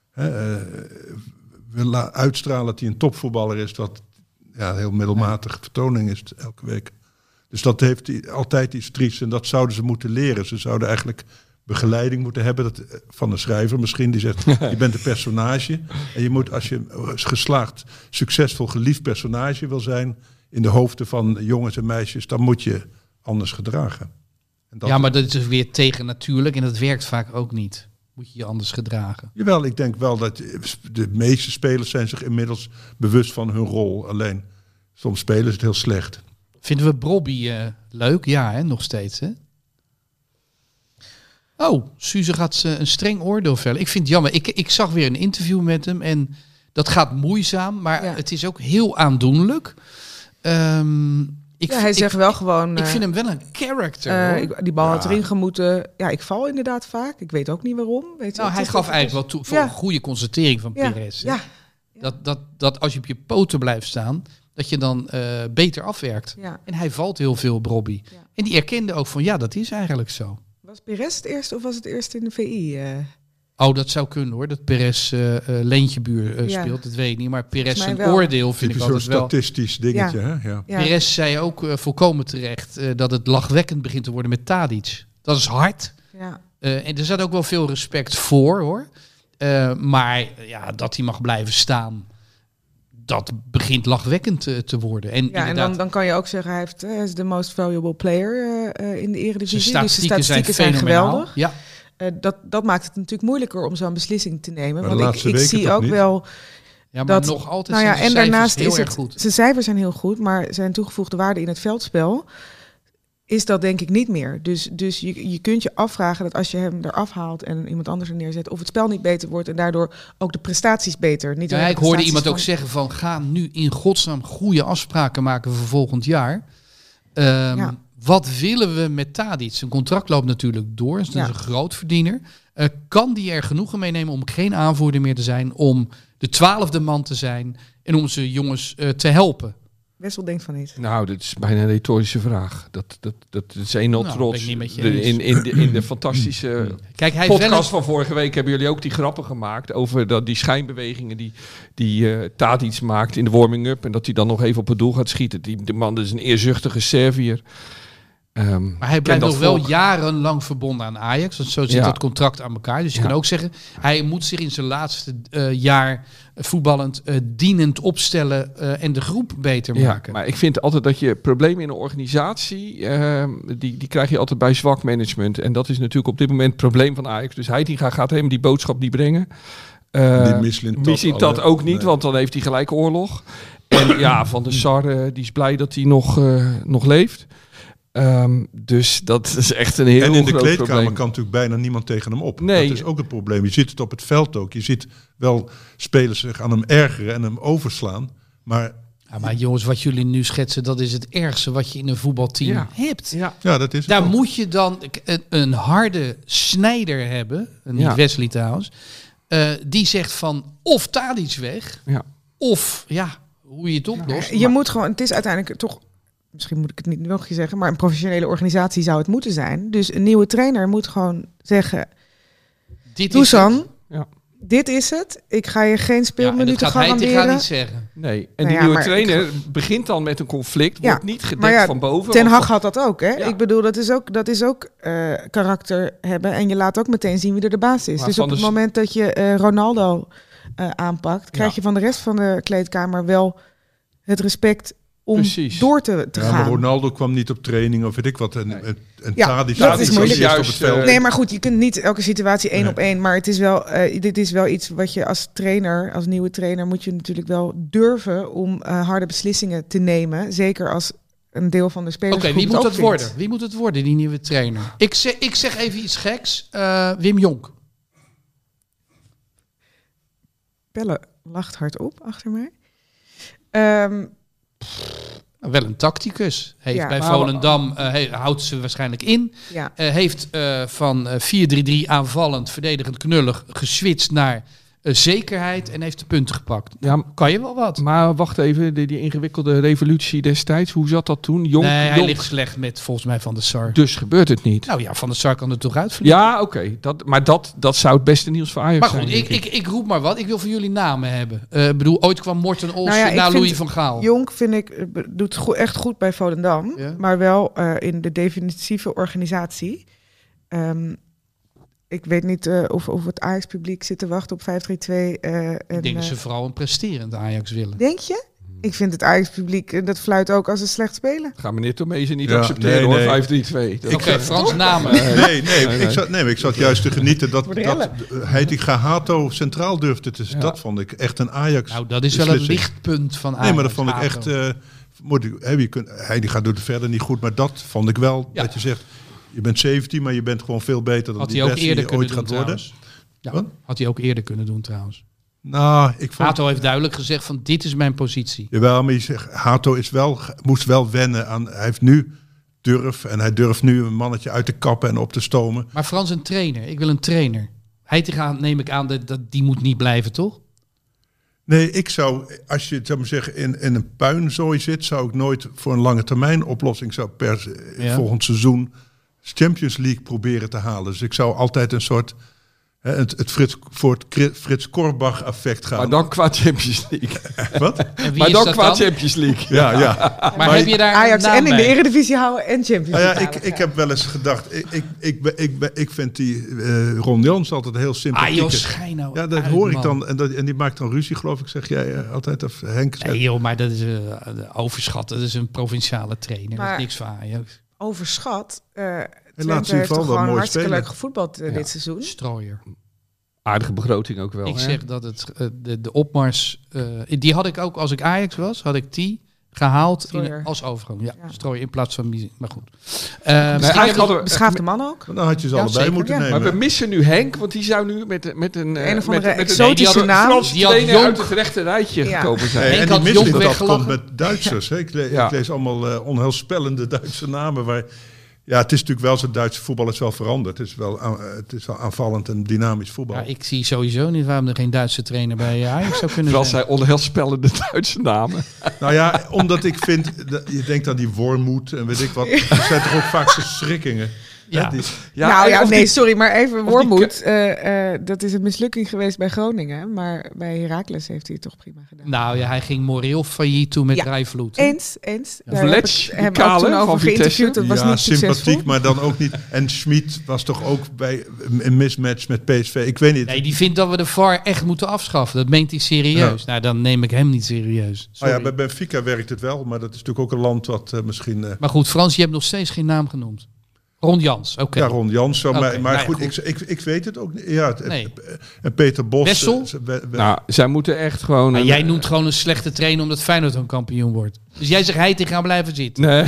wil uitstralen dat hij een topvoetballer is, wat heel middelmatige vertoning is elke week. Dus dat heeft altijd iets triest en dat zouden ze moeten leren. Ze zouden eigenlijk begeleiding moeten hebben van een schrijver misschien, die zegt, je bent een personage en je moet, als je geslaagd, succesvol, geliefd personage wil zijn in de hoofden van jongens en meisjes, dan moet je anders gedragen. En dat maar dat is weer tegennatuurlijk en dat werkt vaak ook niet. Moet je je anders gedragen? Jawel, ik denk wel dat de meeste spelers zijn zich inmiddels bewust van hun rol. Alleen, soms spelen ze het heel slecht. Vinden we Brobby leuk? Ja, hè? Nog steeds. Hè? Oh, Suze gaat een streng oordeel vellen. Ik vind het jammer. Ik zag weer een interview met hem en dat gaat moeizaam, maar het is ook heel aandoenlijk. Hij zegt wel gewoon... ik vind hem wel een character. Die bal had erin gemoeten. Ja, ik val inderdaad vaak. Ik weet ook niet waarom. Hij gaf eigenlijk wel toe voor een goede constatering van Perez. Ja. Dat als je op je poten blijft staan, dat je dan beter afwerkt. Ja. En hij valt heel veel op Robbie. Ja. En die erkende ook van, dat is eigenlijk zo. Was Perez het eerst of was het eerst in de VI? Dat zou kunnen hoor. Dat Perez Leentjebuur speelt, dat weet ik niet. Maar Perez zijn oordeel vind ik altijd wel... Zo'n statistisch dingetje, hè? Ja. Perez zei ook volkomen terecht dat het lachwekkend begint te worden met Tadic. Dat is hard. Ja. En er zat ook wel veel respect voor, hoor. Maar dat hij mag blijven staan, dat begint lachwekkend te worden. En dan kan je ook zeggen, hij is de most valuable player in de Eredivisie. Zijn statistieken zijn geweldig. Ja. Dat maakt het natuurlijk moeilijker om zo'n beslissing te nemen. Maar want ik zie ook wel... Ja, maar nog altijd zijn de cijfers heel erg goed. Zijn cijfers zijn heel goed, maar zijn toegevoegde waarde in het veldspel is dat denk ik niet meer. Dus je kunt je afvragen dat als je hem eraf haalt en iemand anders er neerzet, of het spel niet beter wordt en daardoor ook de prestaties beter. Ik hoorde iemand ook zeggen van, ga nu in godsnaam goede afspraken maken voor volgend jaar. Wat willen we met Tadic? Zijn contract loopt natuurlijk door. Dus dat is een grootverdiener. Kan die er genoegen meenemen om geen aanvoerder meer te zijn, om de 12e man te zijn en om zijn jongens te helpen? Wessel denkt van niet. Nou, dat is bijna een retorische vraag. Dat is een trots. In de fantastische podcast van vorige week hebben jullie ook die grappen gemaakt over die schijnbewegingen die Tadic maakt in de warming-up en dat hij dan nog even op het doel gaat schieten. De man is een eerzuchtige Serviër. Maar hij blijft nog wel jarenlang verbonden aan Ajax. Want zo zit het contract aan elkaar. Dus je kan ook zeggen, hij moet zich in zijn laatste jaar voetballend dienend opstellen en de groep beter maken. Maar ik vind altijd dat je problemen in een organisatie, die krijg je altijd bij zwak management. En dat is natuurlijk op dit moment het probleem van Ajax. Dus Heitinga gaat hem die boodschap niet brengen. Misschien dat ook niet, want dan heeft hij gelijk oorlog. En Van der Sar, die is blij dat hij nog leeft. Dus dat is echt een heel groot probleem. En in de kleedkamer kan natuurlijk bijna niemand tegen hem op. Nee. Dat is ook het probleem. Je ziet het op het veld ook. Je ziet wel spelers zich aan hem ergeren en hem overslaan. Maar jongens, wat jullie nu schetsen, dat is het ergste wat je in een voetbalteam hebt. Ja, dat is het ook. Moet je dan een harde snijder hebben, niet Wesley trouwens, die zegt van of Tadic weg, of hoe je het oplost. Je moet gewoon, het is uiteindelijk toch, misschien moet ik het niet nog zeggen, maar een professionele organisatie zou het moeten zijn. Dus een nieuwe trainer moet gewoon zeggen, Dusan, dit is het. Ik ga je geen speelminuten garanderen. Dat gaat niet zeggen. Nee, en die nieuwe trainer begint dan met een conflict, wordt niet gedekt van boven. Ten Hag had dat ook, hè? Ja. Ik bedoel, dat is ook karakter hebben en je laat ook meteen zien wie er de baas is. Maar dus op het moment dat je Ronaldo aanpakt, krijg je van de rest van de kleedkamer wel het respect om door te gaan. Maar Ronaldo kwam niet op training of weet ik wat. En Tadic is moeilijk juist op het veld. Nee, maar goed, je kunt niet elke situatie 1 op 1. Maar het is wel, dit is wel iets wat je als trainer, als nieuwe trainer, moet je natuurlijk wel durven om harde beslissingen te nemen. Zeker als een deel van de spelers. Oké, wie moet het worden? Wie moet het worden, die nieuwe trainer? Ik zeg even iets geks. Wim Jonk. Pelle lacht hardop achter mij. Wel een tacticus. Heeft bij Volendam, houdt ze waarschijnlijk in. Ja. Heeft van 4-3-3 aanvallend, verdedigend knullig geswitcht naar zekerheid en heeft de punten gepakt. Ja, kan je wel wat. Maar wacht even, die ingewikkelde revolutie destijds, hoe zat dat toen? Hij ligt slecht met volgens mij Van der Sar. Dus gebeurt het niet? Nou ja, Van der Sar kan er toch uitvliegen? Ja, oké. Maar dat zou het beste nieuws voor Ajax zijn. Maar goed, ik roep maar wat. Ik wil van jullie namen hebben. Ik ooit kwam Morten Olsen naar Louis van Gaal. Jonk vind ik, doet echt goed bij Volendam. Ja? Maar wel in de definitieve organisatie. Ik weet niet of het Ajax-publiek zit te wachten op 5-3-2. Ik denk dat ze vooral een presterend Ajax willen. Denk je? Ik vind het Ajax-publiek, dat fluit ook als ze slecht spelen. Gaan meneer Tomezen niet accepteren hoor, 5-3-2. Oké, Frans namen. Nee. Ik zat juist te genieten dat Heitinga Hato centraal durfde te... Ja. Dat vond ik echt een Ajax. Nou, dat is wel het lichtpunt van Ajax. Nee, maar dat vond ik echt... Heitinga doet het verder niet goed, maar dat vond ik wel dat je zegt... Je bent 17, maar je bent gewoon veel beter dan die beste die je ooit gaat worden. Ja, had hij ook eerder kunnen doen trouwens. Nou, Hato heeft duidelijk gezegd van dit is mijn positie. Jawel, maar je zegt, Hato moest wel wennen aan... Hij heeft nu durf en hij durft nu een mannetje uit te kappen en op te stomen. Maar Frans, een trainer. Ik wil een trainer. Heitinga neem ik aan dat die moet niet blijven, toch? Nee, ik zou, als je zou maar zeggen, in een puinzooi zit... zou ik nooit voor een lange termijn oplossing volgend seizoen... Champions League proberen te halen. Dus ik zou altijd een soort... het Frits Korbach effect gaan. Maar dan qua Champions League. Wat? Maar dan qua Champions League. Ja. Maar heb je daar Ajax en in de Eredivisie houden en Champions League ik heb wel eens gedacht... Ik vind die Ron Jans altijd heel sympathiek. Schijn nou ja, dat hoor ik dan. En die maakt dan ruzie, geloof ik. Zeg jij altijd of Henk? Nee joh, maar dat is overschat. Dat is een provinciale trainer. Maar dat is niks voor Ajax. Overschat. Twente heeft toch gewoon hartstikke leuk gevoetbald dit seizoen. Strooier. Aardige begroting ook wel. Ik zeg dat het de opmars... die had ik ook als ik Ajax was. Had ik die gehaald als overgang. Ja, Strooier in plaats van... Maar goed. Beschaafde man ook. Dan had je ze allebei moeten nemen. Maar we missen nu Henk. Want die zou nu met een of andere exotische naam... Die had Jonk uit het rechte rijtje gekomen zijn. En die missie dat komt met Duitsers. Ik lees allemaal onheilspellende Duitse namen waar... Ja, het is natuurlijk wel zo, Duitse voetbal is wel veranderd. Het is wel aanvallend en dynamisch voetbal. Ja, ik zie sowieso niet waarom er geen Duitse trainer bij Ajax zou kunnen zijn. Zij onheilspellende Duitse namen. Nou ja, omdat ik vind, je denkt aan die Wormoed en weet ik wat. Er zijn toch ook vaak verschrikkingen. Sorry, maar even Wormoed. Dat is een mislukking geweest bij Groningen. Maar bij Heracles heeft hij het toch prima gedaan. Nou ja, hij ging moreel failliet toe met Rijvloed. Eens. Daar heb ik toen over geïnterviewd. Dat was niet sympathiek, succesvol. Maar dan ook niet. En Schmid was toch ook bij een mismatch met PSV. Ik weet niet. Nee, die vindt dat we de VAR echt moeten afschaffen. Dat meent hij serieus. Ja. Nou, dan neem ik hem niet serieus. Bij Benfica werkt het wel. Maar dat is natuurlijk ook een land wat misschien... Maar goed, Frans, je hebt nog steeds geen naam genoemd. Ron Jans, oké. Ja, Ron Jans. Maar goed. Ik weet het ook niet. Ja, en Peter Bos. Wessel? Zij moeten echt gewoon... Maar jij noemt gewoon een slechte trainer omdat Feyenoord een kampioen wordt. Dus jij zegt Heitinga gaan blijven zitten.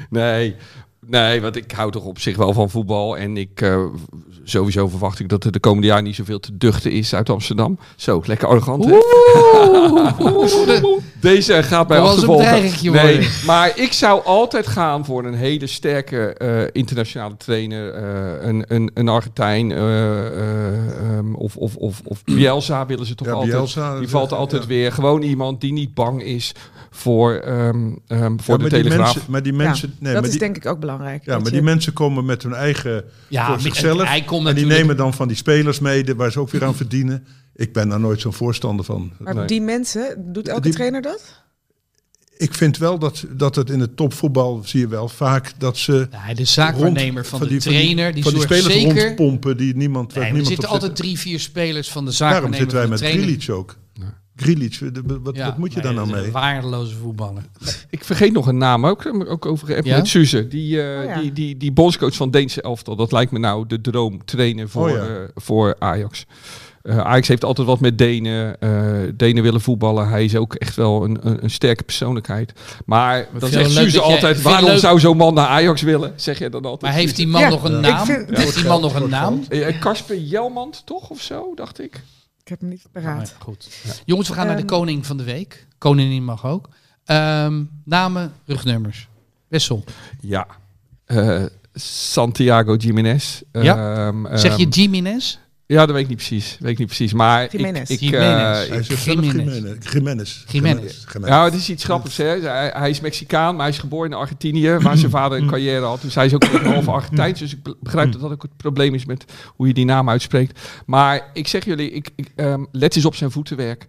Nee, want ik hou toch op zich wel van voetbal. En sowieso verwacht ik dat er de komende jaar niet zoveel te duchten is uit Amsterdam. Zo, lekker arrogant, hè? Deze gaat mij achtervolgen. Nee, maar ik zou altijd gaan voor een hele sterke internationale trainer. Een Argentijn. Of Bielsa willen ze toch altijd. Bielsa, die valt altijd weer. Gewoon iemand die niet bang is voor de Telegraaf. Maar die mensen... dat is denk ik ook belangrijk. Ja, maar die mensen komen met hun eigen... voor zichzelf. En die nemen dan van die spelers mee, waar ze ook weer aan verdienen. Ik ben daar nooit zo'n voorstander van. Maar die mensen, doet elke trainer dat? Ik vind wel dat het in het topvoetbal, zie je wel vaak, dat ze... Ja, de zaakwaarnemer van de trainer, die van die spelers zeker... rondpompen die niemand... er zitten altijd 3-4 spelers van de zaakwaarnemer. Daarom zitten wij met Grealish ook. Ja. Grealish, wat moet je daar nou mee? Een waardeloze voetballer. Ik vergeet nog een naam, ook over met Suze. Die bondscoach van Deense elftal. Dat lijkt me nou de droomtrainer voor Ajax. Ajax heeft altijd wat met Denen. Denen willen voetballen. Hij is ook echt wel een sterke persoonlijkheid. Maar dan zegt Suze altijd, waarom zou zo'n man naar Ajax willen? Zeg je dan altijd. Maar heeft die man nog een naam? Heeft die man nog een naam? Kasper Jelmand toch of zo, dacht ik. Ik heb hem niet paraat. Ja, goed. Ja. Jongens, we gaan naar de koning van de week. Koningin mag ook. Namen, rugnummers. Wessel. Ja. Santiago Giménez. Zeg je Giménez? Ja, dat weet ik niet precies. Maar Jiménez. Jiménez. Ja, het is iets grappigs. Hè? Hij is Mexicaan, maar hij is geboren in Argentinië, waar zijn vader een carrière had. Dus hij is ook half Argentijns. Dus ik begrijp dat dat ook het probleem is met hoe je die naam uitspreekt. Maar ik zeg jullie, let eens op zijn voetenwerk.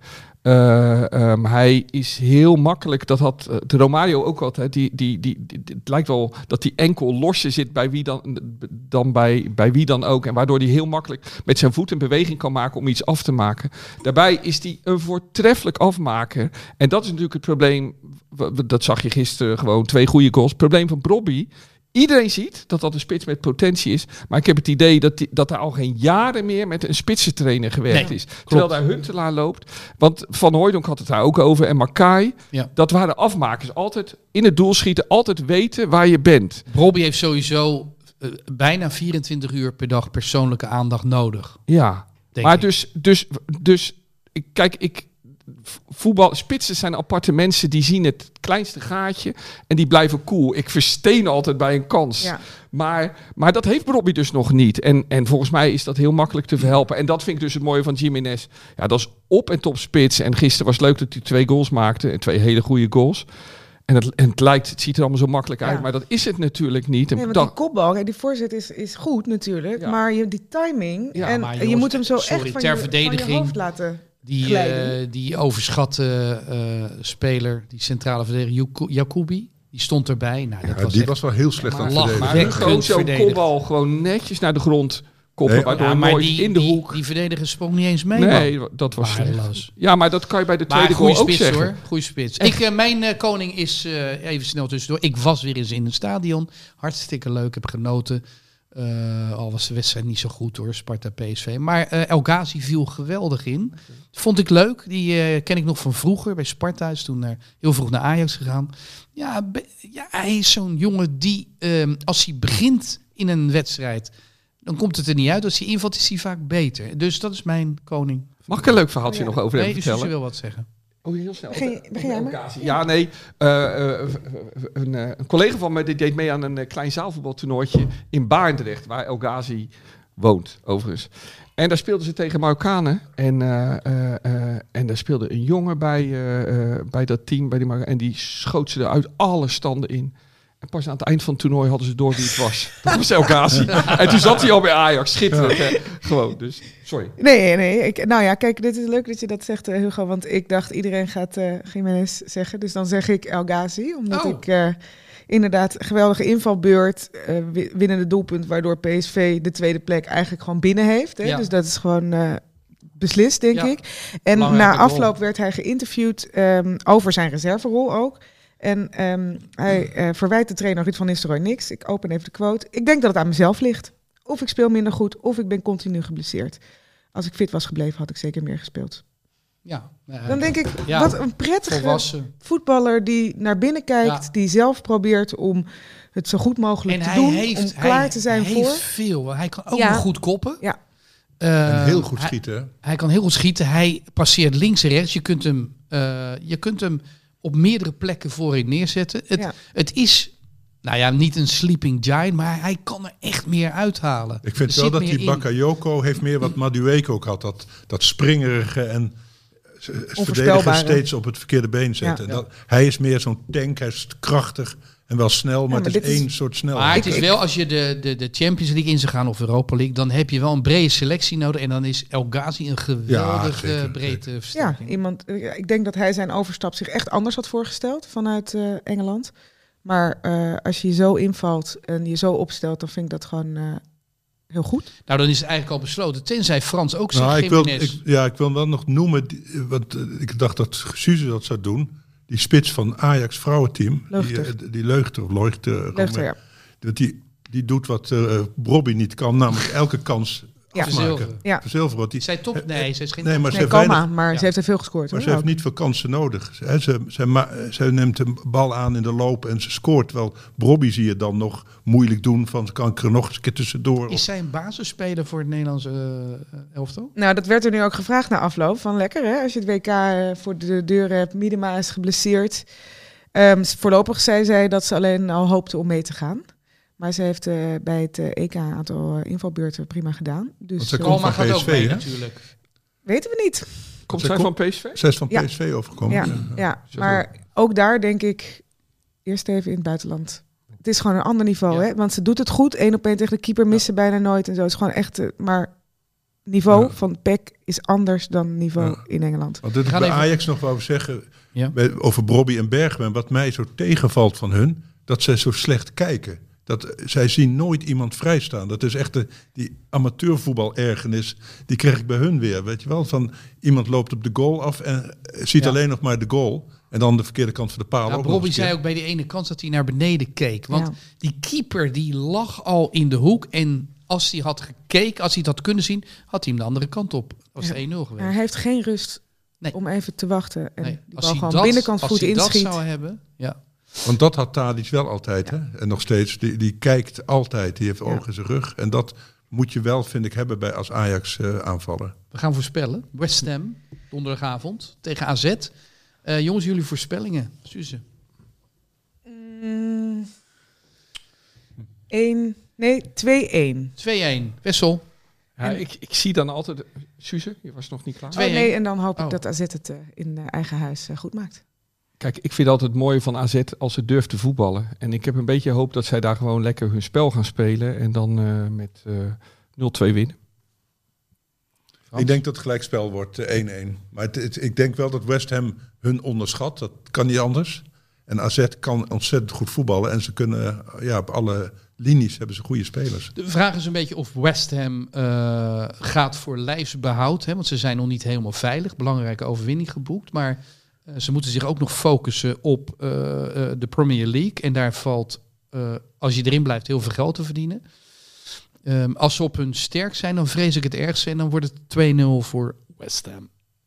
Hij is heel makkelijk, dat had de Romario ook altijd. Het lijkt wel dat hij enkel losser zit bij wie dan bij wie dan ook. En waardoor hij heel makkelijk met zijn voet een beweging kan maken om iets af te maken. Daarbij is hij een voortreffelijk afmaker. En dat is natuurlijk het probleem. Dat zag je gisteren gewoon 2 goede goals. Het probleem van Brobby. Iedereen ziet dat dat een spits met potentie is. Maar ik heb het idee dat er al geen jaren meer met een spitsentrainer gewerkt is. Terwijl daar Huntelaar loopt. Want Van Hooijdonk had het daar ook over. En Makai. Ja. Dat waren afmakers. Altijd in het doel schieten. Altijd weten waar je bent. Brobby heeft sowieso bijna 24 uur per dag persoonlijke aandacht nodig. Ja. Maar dus kijk, spitsen zijn aparte mensen, die zien het kleinste gaatje en die blijven cool. Ik versteen altijd bij een kans. Ja. Maar dat heeft Brobby dus nog niet. En volgens mij is dat heel makkelijk te verhelpen. En dat vind ik dus het mooie van Giménez. Ja, dat is op- en top spits. En gisteren was het leuk dat hij 2 goals maakte. En 2 hele goede goals. En het ziet er allemaal zo makkelijk uit, maar dat is het natuurlijk niet. Nee, want die kopbal, die voorzet is goed natuurlijk, maar die timing en jongens, je moet hem zo echt van je hoofd laten die overschatte speler, die centrale verdediger Jacoubi, die stond erbij. Nou, was wel heel slecht aan het verdedigen. Maar gewoon zo'n kopbal gewoon netjes naar de grond koppen, waardoor mooi in de hoek. Die verdediger sprong niet eens mee. Nee, dat was slecht. Ja, maar dat kan je bij de tweede goal ook zeggen. Hoor. Goeie spits. Mijn koning is, even snel tussendoor, ik was weer eens in een stadion. Hartstikke leuk, heb genoten. Al was de wedstrijd niet zo goed hoor, Sparta PSV. Maar El Ghazi viel geweldig in. Vond ik leuk. Die ken ik nog van vroeger bij Sparta. Is toen heel vroeg naar Ajax gegaan. Ja, hij is zo'n jongen die als hij begint in een wedstrijd, dan komt het er niet uit. Als hij invalt is hij vaak beter. Dus dat is mijn koning. Mag ik een leuk verhaaltje nog over hem vertellen? Nee, wil wat zeggen. Oh, heel snel. Begin jij maar? Ja, nee. Een collega van me die deed mee aan een klein zaalvoetbaltoernooitje in Baarndrecht, waar El Ghazi woont, overigens. En daar speelden ze tegen Marokkanen. En daar speelde een jongen bij dat team, en die schoot ze er uit alle standen in. En pas aan het eind van het toernooi hadden ze door wie het was. Dat was El Ghazi. En toen zat hij al bij Ajax. Schitterend, hè? Gewoon, dus sorry. Nee. Kijk, dit is leuk dat je dat zegt, Hugo. Want ik dacht, iedereen gaat Jiménez zeggen. Dus dan zeg ik El Ghazi. Omdat ik inderdaad geweldige invalbeurt, winnende doelpunt, waardoor PSV de tweede plek eigenlijk gewoon binnen heeft. Hè? Ja. Dus dat is gewoon beslist, denk ik. En na afloop werd hij geïnterviewd over zijn reserverol ook. En hij verwijt de trainer Ruud van Nistelrooy niks. Ik open even de quote. Ik denk dat het aan mezelf ligt. Of ik speel minder goed, of ik ben continu geblesseerd. Als ik fit was gebleven, had ik zeker meer gespeeld. Ja, dan denk ik, wat een prettige voetballer die naar binnen kijkt, die zelf probeert om het zo goed mogelijk te doen, om klaar te zijn voor. Hij heeft veel. Hij kan ook nog goed koppen. Ja. En heel goed schieten. Hij kan heel goed schieten. Hij passeert links en rechts. Je kunt hem op meerdere plekken voorin neerzetten. Het is niet een sleeping giant, maar hij kan er echt meer uithalen. Ik vind wel dat die Bakayoko heeft meer wat Madueke ook had. Dat springerige en verdedigen steeds op het verkeerde been zetten. Ja. Hij is meer zo'n tank, hij is krachtig en wel snel, maar het is één soort snelheid. Maar het is wel, als je de Champions League in zou gaan of Europa League, dan heb je wel een brede selectie nodig en dan is El Ghazi een geweldige breedte versterking. Ja, ik denk dat hij zijn overstap zich echt anders had voorgesteld vanuit Engeland. Maar als je je zo invalt en je zo opstelt, dan vind ik dat gewoon heel goed. Nou, dan is het eigenlijk al besloten. Tenzij Frans ook zegt, ik wil wel nog noemen, want ik dacht dat Suze dat zou doen. Die spits van Ajax vrouwenteam, die Leugter, ja. Die doet wat Brobby niet kan, namelijk elke kans afmaken. Ja. Verzilveren. Zij top? Nee, ze is geen maar ze heeft er veel gescoord. Maar ze heeft niet veel kansen nodig. Ze neemt een bal aan in de loop en ze scoort wel. Brobby zie je dan nog moeilijk doen. Van kan ik er nog eens een keer tussendoor. Is zij een basisspeler voor het Nederlandse elftal? Nou, dat werd er nu ook gevraagd na afloop. Van lekker hè, als je het WK voor de deur hebt. Miedema is geblesseerd. Voorlopig zei zij dat ze alleen al hoopte om mee te gaan. Maar ze heeft bij het EK een aantal invalbeurten prima gedaan. Dus ze komt van PSV, ook mee, hè? natuurlijk. Weten we niet. Komt zij van PSV? Zij is van PSV overgekomen. Ja. Maar ook daar denk ik eerst even in het buitenland. Het is gewoon een ander niveau, hè? Want ze doet het goed. 1-op-1 tegen de keeper missen bijna nooit en zo. Het is gewoon echt... maar niveau van PEC is anders dan niveau in Engeland. Want dit is bij Ajax nog wel zeggen... over Brobby en Bergwijn. Wat mij zo tegenvalt van hun... dat zij zo slecht kijken. Zij zien nooit iemand vrijstaan. Dat is echt die amateurvoetbal-ergernis. Die kreeg ik bij hun weer. Weet je wel? Van iemand loopt op de goal af en ziet alleen nog maar de goal. En dan de verkeerde kant van de paal. Nou, Brobby zei ook bij die ene kant dat hij naar beneden keek. Want die keeper die lag al in de hoek. En als hij had gekeken, als hij het had kunnen zien, had hij hem de andere kant op. Was 1-0 geweest. Hij heeft geen rust om even te wachten. En die als hij gewoon binnenkant voet inschiet. Als hij dat zou hebben, Want dat had Tadic wel altijd, hè? En nog steeds. Die kijkt altijd. Die heeft ogen in zijn rug. En dat moet je wel, vind ik, hebben als Ajax aanvallen. We gaan voorspellen. West Ham, donderdagavond, tegen AZ. Jongens, jullie voorspellingen. Suze. 2-1. 2-1. Wessel. Ja, ik zie dan altijd... Suze, je was nog niet klaar? En dan hoop ik dat AZ het in eigen huis goed maakt. Kijk, ik vind altijd het mooie van AZ als ze durft te voetballen. En ik heb een beetje hoop dat zij daar gewoon lekker hun spel gaan spelen. En dan met 0-2 winnen. Ik denk dat het gelijkspel wordt 1-1. Maar ik denk wel dat West Ham hun onderschat. Dat kan niet anders. En AZ kan ontzettend goed voetballen. En ze kunnen op alle linies hebben ze goede spelers. De vraag is een beetje of West Ham gaat voor lijfsbehoud. Hè, want ze zijn nog niet helemaal veilig. Belangrijke overwinning geboekt. Maar ze moeten zich ook nog focussen op de Premier League. En daar valt, als je erin blijft, heel veel geld te verdienen. Als ze op hun sterk zijn, dan vrees ik het ergste. En dan wordt het 2-0 voor West Ham.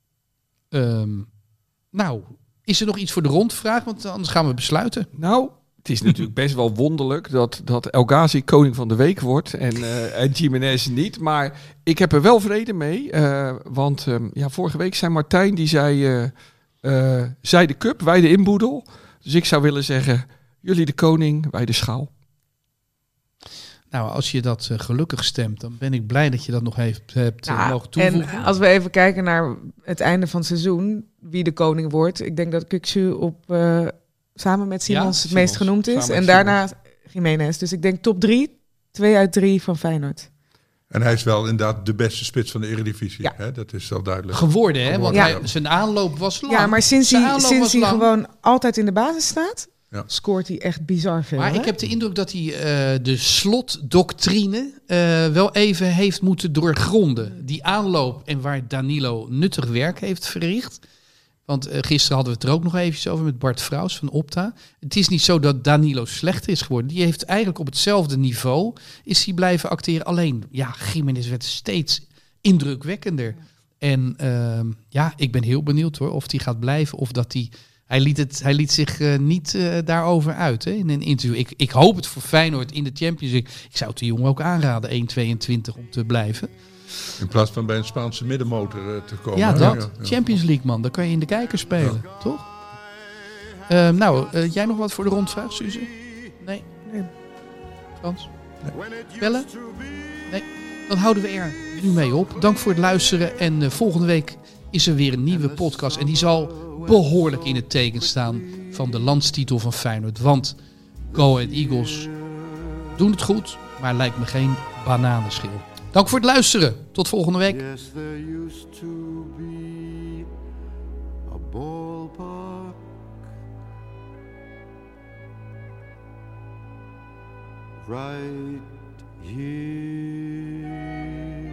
Nou, is er nog iets voor de rondvraag? Want anders gaan we besluiten. Nou, het is natuurlijk best wel wonderlijk dat El Ghazi koning van de week wordt. En Jiménez niet. Maar ik heb er wel vrede mee. Want vorige week zei Martijn, die zei... zij de cup, wij de inboedel. Dus ik zou willen zeggen, jullie de koning, wij de schaal. Nou, als je dat gelukkig stemt, dan ben ik blij dat je dat nog hebt mogen toevoegen. En als we even kijken naar het einde van het seizoen, wie de koning wordt. Ik denk dat Kukçu samen met Simons het meest genoemd is. En daarna Jiménez. Dus ik denk top 3, 2 uit 3 van Feyenoord. En hij is wel inderdaad de beste spits van de Eredivisie. Ja. Hè? Dat is wel duidelijk. Geworden, hè? Want zijn aanloop was lang. Ja, maar sinds hij gewoon altijd in de basis staat, scoort hij echt bizar veel. Maar ik heb de indruk dat hij de slotdoctrine wel even heeft moeten doorgronden. Die aanloop en waar Danilo nuttig werk heeft verricht. Want gisteren hadden we het er ook nog eventjes over met Bart Vrouws van Opta. Het is niet zo dat Danilo slechter is geworden. Die heeft eigenlijk op hetzelfde niveau is hij blijven acteren. Alleen, Jiménez werd steeds indrukwekkender. En ik ben heel benieuwd hoor, of hij gaat blijven of dat hij... Hij liet zich niet daarover uit in een interview. Ik hoop het voor Feyenoord in de Champions League. Ik zou het de jongen ook aanraden, 1,22 om te blijven. In plaats van bij een Spaanse middenmotor te komen. Ja, dat. Champions League, man. Dan kan je in de kijker spelen, toch? Jij nog wat voor de rondvraag, Suze? Nee? Frans? Nee. Bellen? Nee? Dan houden we er nu mee op. Dank voor het luisteren. En volgende week is er weer een nieuwe podcast. En die zal behoorlijk in het teken staan van de landstitel van Feyenoord. Want Go Ahead Eagles doen het goed, maar lijkt me geen bananenschil. Dank voor het luisteren. Tot volgende week. Yes, there used to be a ballpark right here.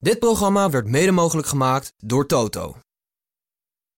Dit programma werd mede mogelijk gemaakt door Toto.